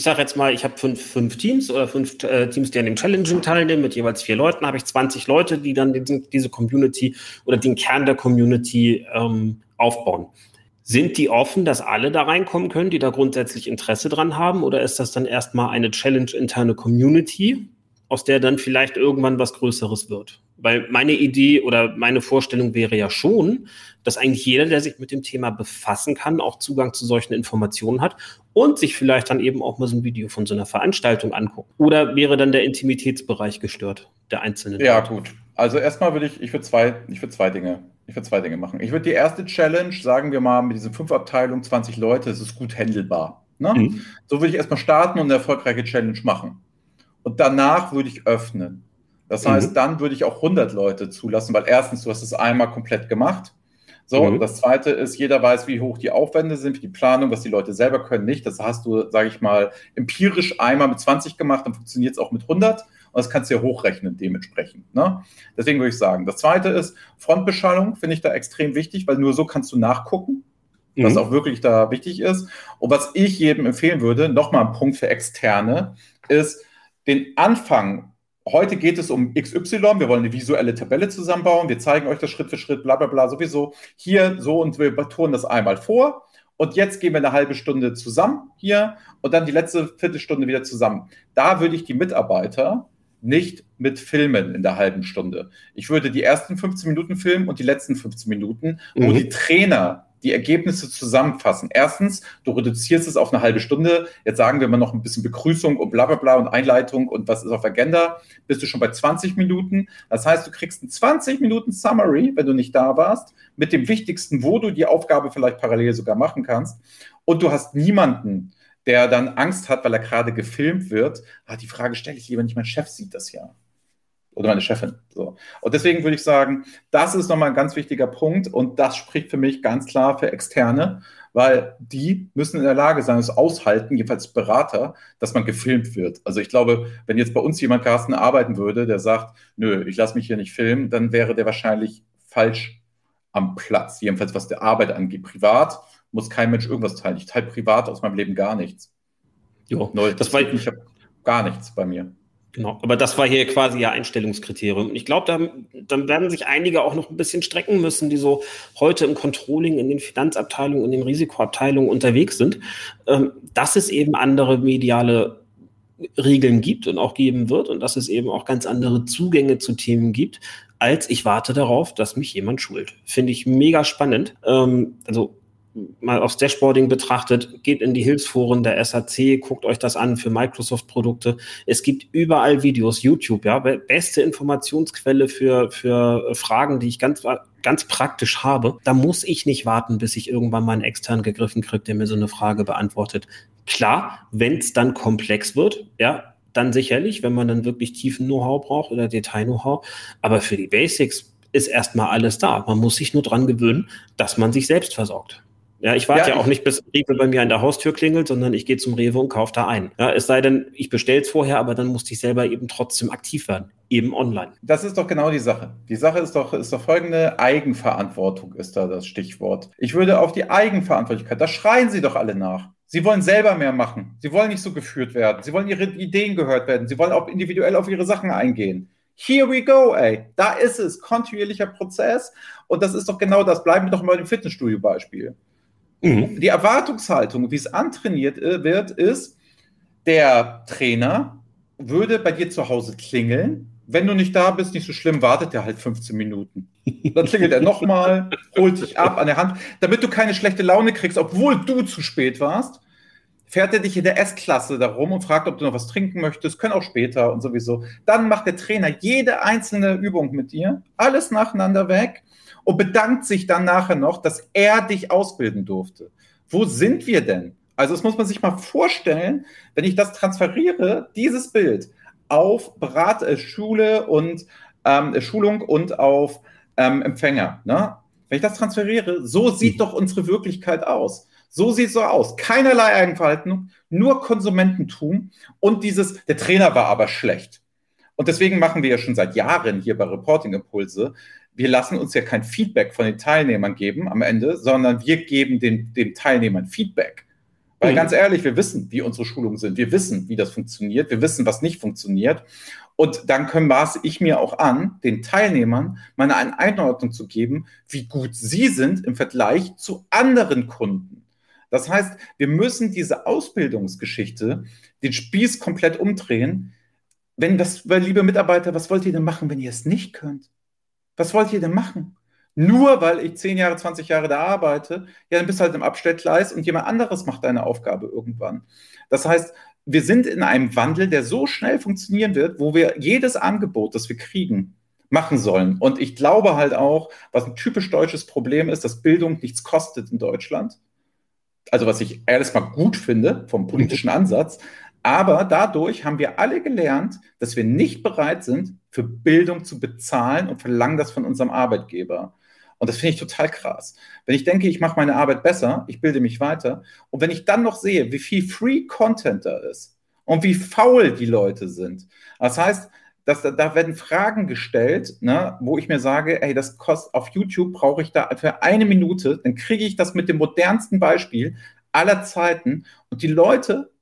fünf Teams oder 5 Teams, die an dem Challenging teilnehmen, mit jeweils 4 Leuten, habe ich 20 Leute, die dann diese Community oder den Kern der Community aufbauen. Sind die offen, dass alle da reinkommen können, die da grundsätzlich Interesse dran haben? Oder ist das dann erstmal eine Challenge-interne Community, aus der dann vielleicht irgendwann was Größeres wird? Weil meine Idee oder meine Vorstellung wäre ja schon, dass eigentlich jeder, der sich mit dem Thema befassen kann, auch Zugang zu solchen Informationen hat und sich vielleicht dann eben auch mal so ein Video von so einer Veranstaltung anguckt. Oder wäre dann der Intimitätsbereich gestört, der einzelnen? Ja, gut. Also erstmal würde ich würde zwei Dinge machen. Ich würde die erste Challenge, sagen wir mal, mit diesen 5 Abteilungen, 20 Leute, das ist gut handelbar. Ne? So würde ich erstmal starten und eine erfolgreiche Challenge machen. Und danach würde ich öffnen. Das heißt, dann würde ich auch 100 Leute zulassen, weil erstens, du hast es einmal komplett gemacht. So, das Zweite ist, jeder weiß, wie hoch die Aufwände sind, für die Planung, was die Leute selber können nicht. Das hast du, sage ich mal, empirisch einmal mit 20 gemacht, dann funktioniert es auch mit 100 und das kannst du ja hochrechnen dementsprechend. Ne? Deswegen würde ich sagen, das Zweite ist, Frontbeschallung finde ich da extrem wichtig, weil nur so kannst du nachgucken, was auch wirklich da wichtig ist. Und was ich jedem empfehlen würde, nochmal ein Punkt für Externe, ist den Anfang. Heute geht es um XY, wir wollen eine visuelle Tabelle zusammenbauen, wir zeigen euch das Schritt für Schritt, bla bla bla, sowieso hier so und wir touren das einmal vor und jetzt gehen wir eine halbe Stunde zusammen hier und dann die letzte Viertelstunde wieder zusammen. Da würde ich die Mitarbeiter nicht mit filmen in der halben Stunde. Ich würde die ersten 15 Minuten filmen und die letzten 15 Minuten, wo die Trainer die Ergebnisse zusammenfassen. Erstens, du reduzierst es auf eine halbe Stunde. Jetzt sagen wir mal noch ein bisschen Begrüßung und bla bla bla und Einleitung und was ist auf Agenda. Bist du schon bei 20 Minuten. Das heißt, du kriegst ein 20 Minuten Summary, wenn du nicht da warst, mit dem Wichtigsten, wo du die Aufgabe vielleicht parallel sogar machen kannst. Und du hast niemanden, der dann Angst hat, weil er gerade gefilmt wird. Die Frage stelle ich lieber nicht, mein Chef sieht das ja. Oder meine Chefin. So. Und deswegen würde ich sagen, das ist nochmal ein ganz wichtiger Punkt und das spricht für mich ganz klar für Externe, weil die müssen in der Lage sein, es aushalten, jedenfalls Berater, dass man gefilmt wird. Also ich glaube, wenn jetzt bei uns jemand, Carsten, arbeiten würde, der sagt, nö, ich lasse mich hier nicht filmen, dann wäre der wahrscheinlich falsch am Platz. Jedenfalls, was die Arbeit angeht. Privat muss kein Mensch irgendwas teilen. Ich teile privat aus meinem Leben gar nichts. Jo, ich habe gar nichts bei mir. Genau, aber das war hier quasi ja Einstellungskriterium. Und ich glaube, dann werden sich einige auch noch ein bisschen strecken müssen, die so heute im Controlling, in den Finanzabteilungen, in den Risikoabteilungen unterwegs sind, dass es eben andere mediale Regeln gibt und auch geben wird und dass es eben auch ganz andere Zugänge zu Themen gibt, als ich warte darauf, dass mich jemand schult. Finde ich mega spannend. Also mal aufs Dashboarding betrachtet, geht in die Hilfsforen der SAC, guckt euch das an für Microsoft-Produkte. Es gibt überall Videos, YouTube, ja, beste Informationsquelle für Fragen, die ich ganz praktisch habe. Da muss ich nicht warten, bis ich irgendwann mal einen extern gegriffen kriege, der mir so eine Frage beantwortet. Klar, wenn es dann komplex wird, ja, dann sicherlich, wenn man dann wirklich tiefen Know-how braucht oder Detail-Know-how. Aber für die Basics ist erstmal alles da. Man muss sich nur dran gewöhnen, dass man sich selbst versorgt. Ja, ich warte ja auch nicht, bis Rewe bei mir an der Haustür klingelt, sondern ich gehe zum Rewe und kaufe da ein. Ja, es sei denn, ich bestelle es vorher, aber dann musste ich selber eben trotzdem aktiv werden, eben online. Das ist doch genau die Sache. Die Sache ist doch folgende: Eigenverantwortung ist da das Stichwort. Ich würde auf die Eigenverantwortlichkeit, da schreien Sie doch alle nach. Sie wollen selber mehr machen. Sie wollen nicht so geführt werden. Sie wollen ihre Ideen gehört werden. Sie wollen auch individuell auf ihre Sachen eingehen. Here we go, ey. Da ist es. Kontinuierlicher Prozess. Und das ist doch genau das. Bleiben wir doch mal im Fitnessstudio-Beispiel. Die Erwartungshaltung, wie es antrainiert wird, ist, der Trainer würde bei dir zu Hause klingeln. Wenn du nicht da bist, nicht so schlimm, wartet er halt 15 Minuten. Dann klingelt er nochmal, holt dich ab an der Hand, damit du keine schlechte Laune kriegst, obwohl du zu spät warst. Fährt er dich in der S-Klasse da rum und fragt, ob du noch was trinken möchtest, können auch später und sowieso. Dann macht der Trainer jede einzelne Übung mit dir, alles nacheinander weg und bedankt sich dann nachher noch, dass er dich ausbilden durfte. Wo sind wir denn? Also das muss man sich mal vorstellen, wenn ich das transferiere, dieses Bild auf Schule und Schulung und auf Empfänger. Ne? Wenn ich das transferiere, so sieht doch unsere Wirklichkeit aus. So sieht es so aus. Keinerlei Eigenverhalten, nur Konsumententum und der Trainer war aber schlecht. Und deswegen machen wir ja schon seit Jahren hier bei Reporting Impulse, wir lassen uns ja kein Feedback von den Teilnehmern geben am Ende, sondern wir geben den Teilnehmern Feedback. Weil ganz ehrlich, wir wissen, wie unsere Schulungen sind. Wir wissen, wie das funktioniert. Wir wissen, was nicht funktioniert. Und dann maße ich mir auch an, den Teilnehmern mal eine Einordnung zu geben, wie gut sie sind im Vergleich zu anderen Kunden. Das heißt, wir müssen diese Ausbildungsgeschichte, den Spieß komplett umdrehen. Weil, liebe Mitarbeiter, was wollt ihr denn machen, wenn ihr es nicht könnt? Was wollt ihr denn machen? Nur weil ich 10 Jahre, 20 Jahre da arbeite, ja, dann bist du halt im Abstellgleis und jemand anderes macht deine Aufgabe irgendwann. Das heißt, wir sind in einem Wandel, der so schnell funktionieren wird, wo wir jedes Angebot, das wir kriegen, machen sollen. Und ich glaube halt auch, was ein typisch deutsches Problem ist, dass Bildung nichts kostet in Deutschland. Also was ich ehrlich mal gut finde vom politischen Ansatz. Aber dadurch haben wir alle gelernt, dass wir nicht bereit sind, für Bildung zu bezahlen und verlangen das von unserem Arbeitgeber. Und das finde ich total krass. Wenn ich denke, ich mache meine Arbeit besser, ich bilde mich weiter, und wenn ich dann noch sehe, wie viel Free Content da ist und wie faul die Leute sind, das heißt, da werden Fragen gestellt, ne, wo ich mir sage, ey, das kostet auf YouTube, brauche ich da für 1 Minute, dann kriege ich das mit dem modernsten Beispiel aller Zeiten und die Leute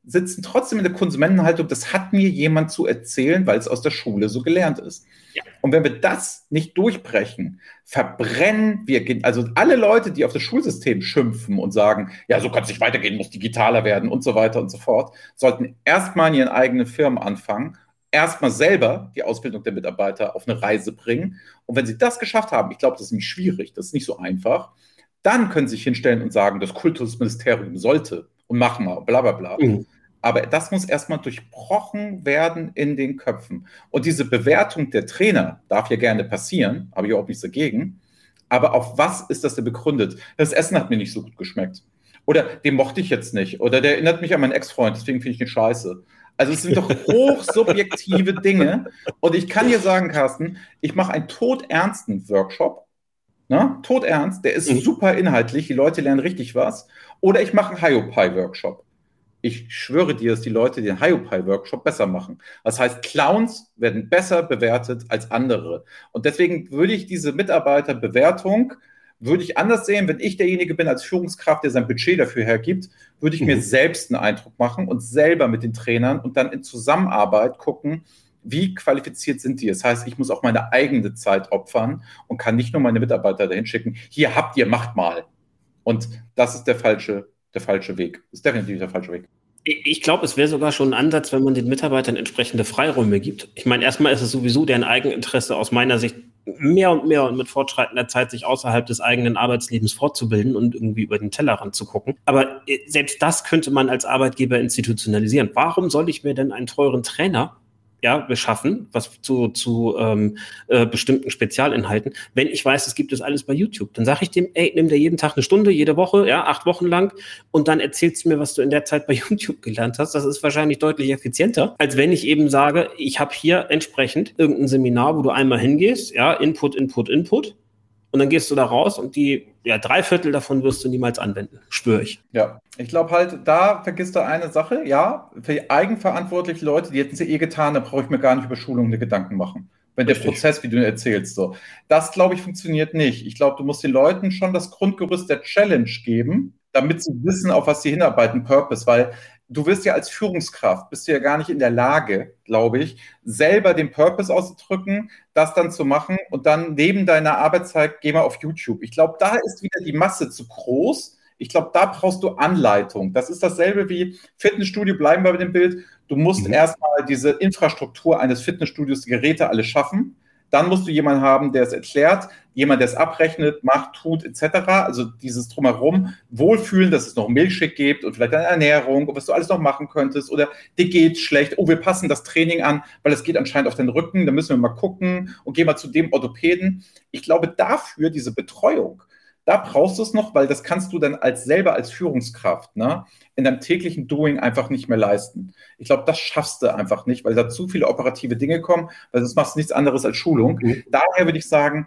sitzen trotzdem in der Konsumentenhaltung, das hat mir jemand zu erzählen, weil es aus der Schule so gelernt ist. Ja. Und wenn wir das nicht durchbrechen, verbrennen wir, also alle Leute, die auf das Schulsystem schimpfen und sagen, ja, so kann es nicht weitergehen, muss digitaler werden und so weiter und so fort, sollten erstmal in ihren eigenen Firmen anfangen, erstmal selber die Ausbildung der Mitarbeiter auf eine Reise bringen. Und wenn sie das geschafft haben, ich glaube, das ist nämlich schwierig, das ist nicht so einfach, dann können sie sich hinstellen und sagen, das Kultusministerium sollte und machen wir, bla bla bla. Mhm. Aber das muss erstmal durchbrochen werden in den Köpfen. Und diese Bewertung der Trainer darf ja gerne passieren, habe ich auch nichts dagegen. Aber auf was ist das denn begründet? Das Essen hat mir nicht so gut geschmeckt. Oder den mochte ich jetzt nicht. Oder der erinnert mich an meinen Ex-Freund, deswegen finde ich ihn scheiße. Also es sind doch hochsubjektive Dinge. Und ich kann dir sagen, Carsten, ich mache einen todernsten Workshop. Ne? Todernst, der ist super inhaltlich, die Leute lernen richtig was. Oder ich mache einen Hiopai-Workshop. Ich schwöre dir, dass die Leute den Hiopai-Workshop besser machen. Das heißt, Clowns werden besser bewertet als andere. Und deswegen würde ich diese Mitarbeiterbewertung würde ich anders sehen, wenn ich derjenige bin als Führungskraft, der sein Budget dafür hergibt, würde ich mir selbst einen Eindruck machen und selber mit den Trainern und dann in Zusammenarbeit gucken, wie qualifiziert sind die. Das heißt, ich muss auch meine eigene Zeit opfern und kann nicht nur meine Mitarbeiter dahin schicken, hier habt ihr, macht mal. Und das ist der falsche Weg. Das ist definitiv der falsche Weg. Ich glaube, es wäre sogar schon ein Ansatz, wenn man den Mitarbeitern entsprechende Freiräume gibt. Ich meine, erstmal ist es sowieso deren Eigeninteresse aus meiner Sicht mehr und mehr und mit fortschreitender Zeit sich außerhalb des eigenen Arbeitslebens fortzubilden und irgendwie über den Tellerrand zu gucken. Aber selbst das könnte man als Arbeitgeber institutionalisieren. Warum soll ich mir denn einen teuren Trainer beschaffen, was zu bestimmten Spezialinhalten, wenn ich weiß, es gibt das alles bei YouTube. Dann sage ich dem, nimm dir jeden Tag eine Stunde, jede Woche, 8 Wochen lang und dann erzählst du mir, was du in der Zeit bei YouTube gelernt hast. Das ist wahrscheinlich deutlich effizienter, als wenn ich eben sage, ich habe hier entsprechend irgendein Seminar, wo du einmal hingehst, Input, und dann gehst du da raus und die 3/4 davon wirst du niemals anwenden, schwöre ich. Ja, ich glaube halt, da vergisst du eine Sache, für eigenverantwortliche Leute, die hätten es ja getan, da brauche ich mir gar nicht über Schulungen Gedanken machen. Wenn der Prozess, wie du erzählst, so. Das, glaube ich, funktioniert nicht. Ich glaube, du musst den Leuten schon das Grundgerüst der Challenge geben, damit sie wissen, auf was sie hinarbeiten, Purpose, weil du wirst ja als Führungskraft, bist du ja gar nicht in der Lage, glaube ich, selber den Purpose auszudrücken, das dann zu machen und dann neben deiner Arbeitszeit geh mal auf YouTube. Ich glaube, da ist wieder die Masse zu groß. Ich glaube, da brauchst du Anleitung. Das ist dasselbe wie Fitnessstudio, bleiben wir bei dem Bild. Du musst erstmal diese Infrastruktur eines Fitnessstudios, die Geräte alle schaffen. Dann musst du jemanden haben, der es erklärt, jemand, der es abrechnet, macht, tut, etc. Also dieses Drumherum, Wohlfühlen, dass es noch Milchshake gibt und vielleicht eine Ernährung und was du alles noch machen könntest oder dir geht's schlecht, wir passen das Training an, weil es geht anscheinend auf den Rücken, da müssen wir mal gucken und gehen mal zu dem Orthopäden. Ich glaube, dafür diese Betreuung, da brauchst du es noch, weil das kannst du dann selber als Führungskraft in deinem täglichen Doing einfach nicht mehr leisten. Ich glaube, das schaffst du einfach nicht, weil da zu viele operative Dinge kommen, weil sonst machst du nichts anderes als Schulung. Daher würde ich sagen,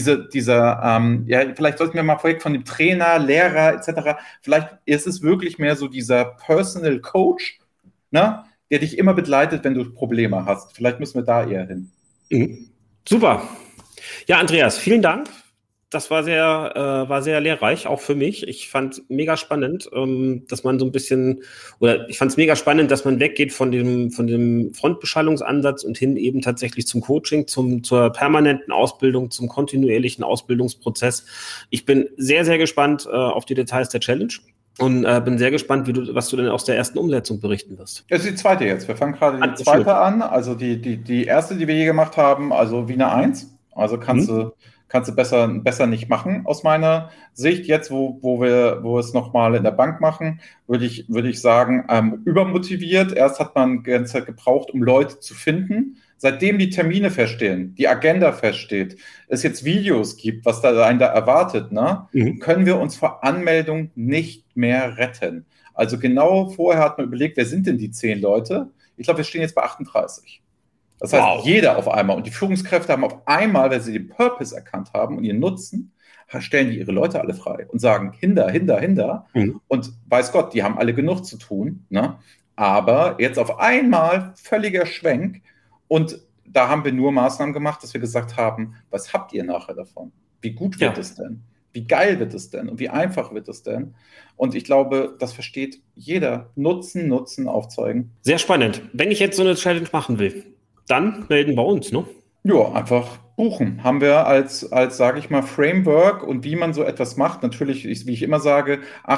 vielleicht sollten wir mal Projekt von dem Trainer, Lehrer etc., vielleicht ist es wirklich mehr so dieser Personal Coach, der dich immer begleitet, wenn du Probleme hast. Vielleicht müssen wir da eher hin. Super. Ja, Andreas, vielen Dank. Das war sehr lehrreich, auch für mich. Ich fand mega spannend, dass man so ein bisschen, oder ich fand es mega spannend, dass man weggeht von dem Frontbeschallungsansatz und hin eben tatsächlich zum Coaching, zur permanenten Ausbildung, zum kontinuierlichen Ausbildungsprozess. Ich bin sehr, sehr gespannt auf die Details der Challenge und bin sehr gespannt, was du denn aus der ersten Umsetzung berichten wirst. Das ist die zweite jetzt. Wir fangen gerade die zweite an. Also die erste, die wir je gemacht haben, also wie eine 1. Also kannst du besser nicht machen, aus meiner Sicht. Jetzt, wo wir es nochmal in der Bank machen, würde ich sagen, übermotiviert. Erst hat man die ganze Zeit gebraucht, um Leute zu finden. Seitdem die Termine feststehen, die Agenda feststeht, es jetzt Videos gibt, was einen da erwartet, können wir uns vor Anmeldung nicht mehr retten. Also genau vorher hat man überlegt, wer sind denn die 10 Leute? Ich glaube, wir stehen jetzt bei 38. Das heißt, jeder auf einmal und die Führungskräfte haben auf einmal, weil sie den Purpose erkannt haben und ihren Nutzen, stellen die ihre Leute alle frei und sagen, hinter. Und weiß Gott, die haben alle genug zu tun. Aber jetzt auf einmal völliger Schwenk und da haben wir nur Maßnahmen gemacht, dass wir gesagt haben, was habt ihr nachher davon? Wie gut wird es denn? Wie geil wird es denn und wie einfach wird es denn? Und ich glaube, das versteht jeder. Nutzen aufzeigen. Sehr spannend. Wenn ich jetzt so eine Challenge machen will, dann melden wir uns, ne? Ja, einfach buchen. Haben wir als sage ich mal, Framework und wie man so etwas macht. Natürlich, wie ich immer sage,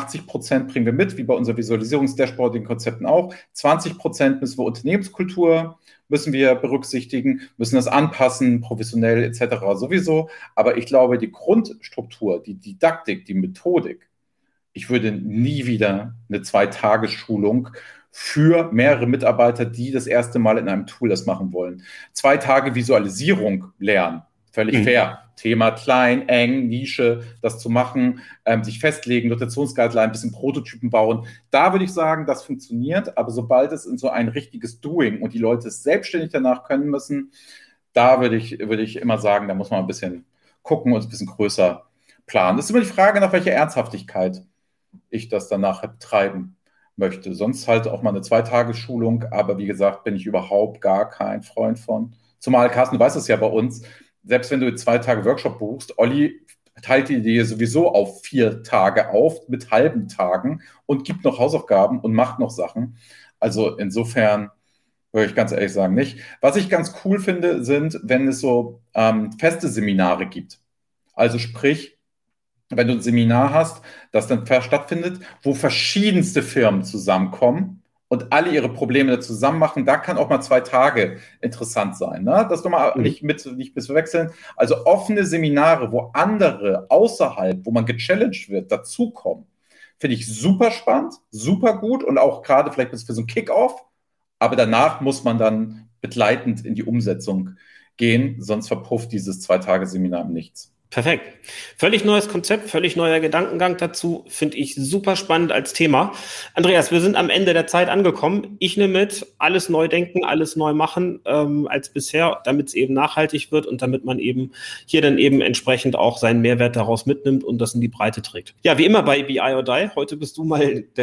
80% bringen wir mit, wie bei unseren Visualisierungs-Dashboarding-Konzepten auch. 20% müssen wir Unternehmenskultur, müssen wir berücksichtigen, müssen das anpassen, professionell etc. sowieso. Aber ich glaube, die Grundstruktur, die Didaktik, die Methodik, ich würde nie wieder eine 2-Tages-Schulung für mehrere Mitarbeiter, die das erste Mal in einem Tool das machen wollen. 2 Tage Visualisierung lernen, völlig fair. Thema klein, eng, Nische, das zu machen, sich festlegen, Notationsguideline, ein bisschen Prototypen bauen. Da würde ich sagen, das funktioniert, aber sobald es in so ein richtiges Doing und die Leute es selbstständig danach können müssen, da würde ich immer sagen, da muss man ein bisschen gucken und ein bisschen größer planen. Das ist immer die Frage, nach welcher Ernsthaftigkeit ich das danach betreiben möchte. Sonst halt auch mal eine 2-Tages-Schulung, aber wie gesagt, bin ich überhaupt gar kein Freund von. Zumal, Carsten, du weißt es ja bei uns, selbst wenn du 2 Tage Workshop buchst, Olli teilt die Idee sowieso auf 4 Tage auf mit halben Tagen und gibt noch Hausaufgaben und macht noch Sachen. Also insofern würde ich ganz ehrlich sagen, nicht. Was ich ganz cool finde, sind, wenn es so feste Seminare gibt. Also sprich, wenn du ein Seminar hast, das dann stattfindet, wo verschiedenste Firmen zusammenkommen und alle ihre Probleme da zusammen machen, da kann auch mal 2 Tage interessant sein. Ne? Das nochmal nicht bis verwechseln. Also offene Seminare, wo andere außerhalb, wo man gechallenged wird, dazukommen, finde ich super spannend, super gut und auch gerade vielleicht für so ein Kick-Off. Aber danach muss man dann begleitend in die Umsetzung gehen, sonst verpufft dieses 2-Tage-Seminar im Nichts. Perfekt. Völlig neues Konzept, völlig neuer Gedankengang dazu, finde ich super spannend als Thema. Andreas, wir sind am Ende der Zeit angekommen. Ich nehme mit, alles neu denken, alles neu machen als bisher, damit es eben nachhaltig wird und damit man eben hier dann eben entsprechend auch seinen Mehrwert daraus mitnimmt und das in die Breite trägt. Ja, wie immer bei BI or Die, heute bist du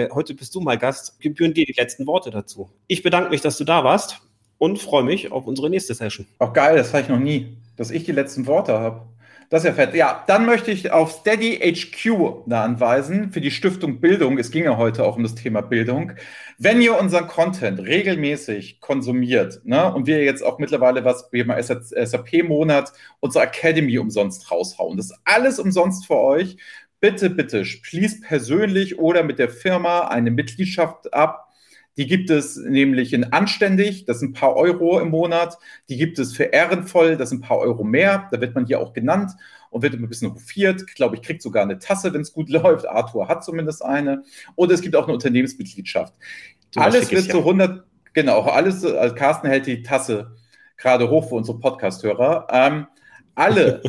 mal Gast. Gebühren dir die letzten Worte dazu. Ich bedanke mich, dass du da warst und freue mich auf unsere nächste Session. Auch geil, das hatte ich noch nie, dass ich die letzten Worte habe. Das ist ja fett. Ja, dann möchte ich auf Steady HQ da anweisen für die Stiftung Bildung. Es ging ja heute auch um das Thema Bildung. Wenn ihr unseren Content regelmäßig konsumiert, ne, und wir jetzt auch mittlerweile wir mal SAP-Monat unsere Academy umsonst raushauen, das ist alles umsonst für euch. Bitte, schließt persönlich oder mit der Firma eine Mitgliedschaft ab. Die gibt es nämlich in anständig, das sind ein paar Euro im Monat. Die gibt es für ehrenvoll, das sind ein paar Euro mehr. Da wird man hier auch genannt und wird ein bisschen hofiert. Ich glaube, ich kriege sogar eine Tasse, wenn es gut läuft. Arthur hat zumindest eine. Und es gibt auch eine Unternehmensmitgliedschaft. Alles wird so 100, genau, alles, also Carsten hält die Tasse gerade hoch für unsere Podcast-Hörer. Alle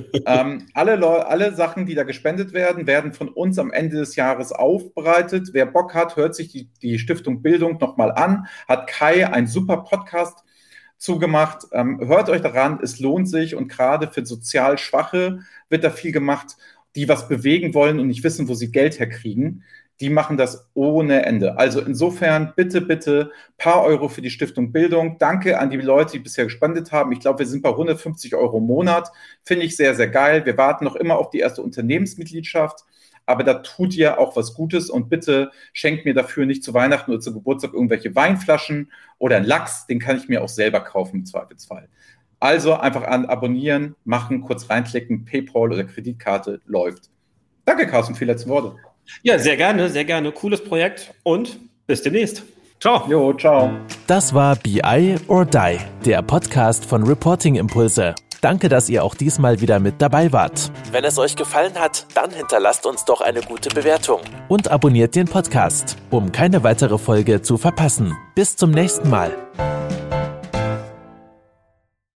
Sachen, die da gespendet werden von uns am Ende des Jahres aufbereitet. Wer Bock hat, hört sich die Stiftung Bildung nochmal an. Hat Kai einen super Podcast zugemacht. Hört euch daran, es lohnt sich. Und gerade für sozial Schwache wird da viel gemacht, die was bewegen wollen und nicht wissen, wo sie Geld herkriegen. Die machen das ohne Ende. Also insofern bitte paar Euro für die Stiftung Bildung. Danke an die Leute, die bisher gespendet haben. Ich glaube, wir sind bei 150 Euro im Monat. Finde ich sehr, sehr geil. Wir warten noch immer auf die erste Unternehmensmitgliedschaft. Aber da tut ihr auch was Gutes. Und bitte schenkt mir dafür nicht zu Weihnachten oder zu Geburtstag irgendwelche Weinflaschen oder einen Lachs. Den kann ich mir auch selber kaufen im Zweifelsfall. Also einfach abonnieren, machen, kurz reinklicken, PayPal oder Kreditkarte läuft. Danke, Carsten, für die letzten Worte. Ja, sehr gerne, sehr gerne. Cooles Projekt und bis demnächst. Ciao. Jo, ciao. Das war BI or Die, der Podcast von Reporting Impulse. Danke, dass ihr auch diesmal wieder mit dabei wart. Wenn es euch gefallen hat, dann hinterlasst uns doch eine gute Bewertung und abonniert den Podcast, um keine weitere Folge zu verpassen. Bis zum nächsten Mal.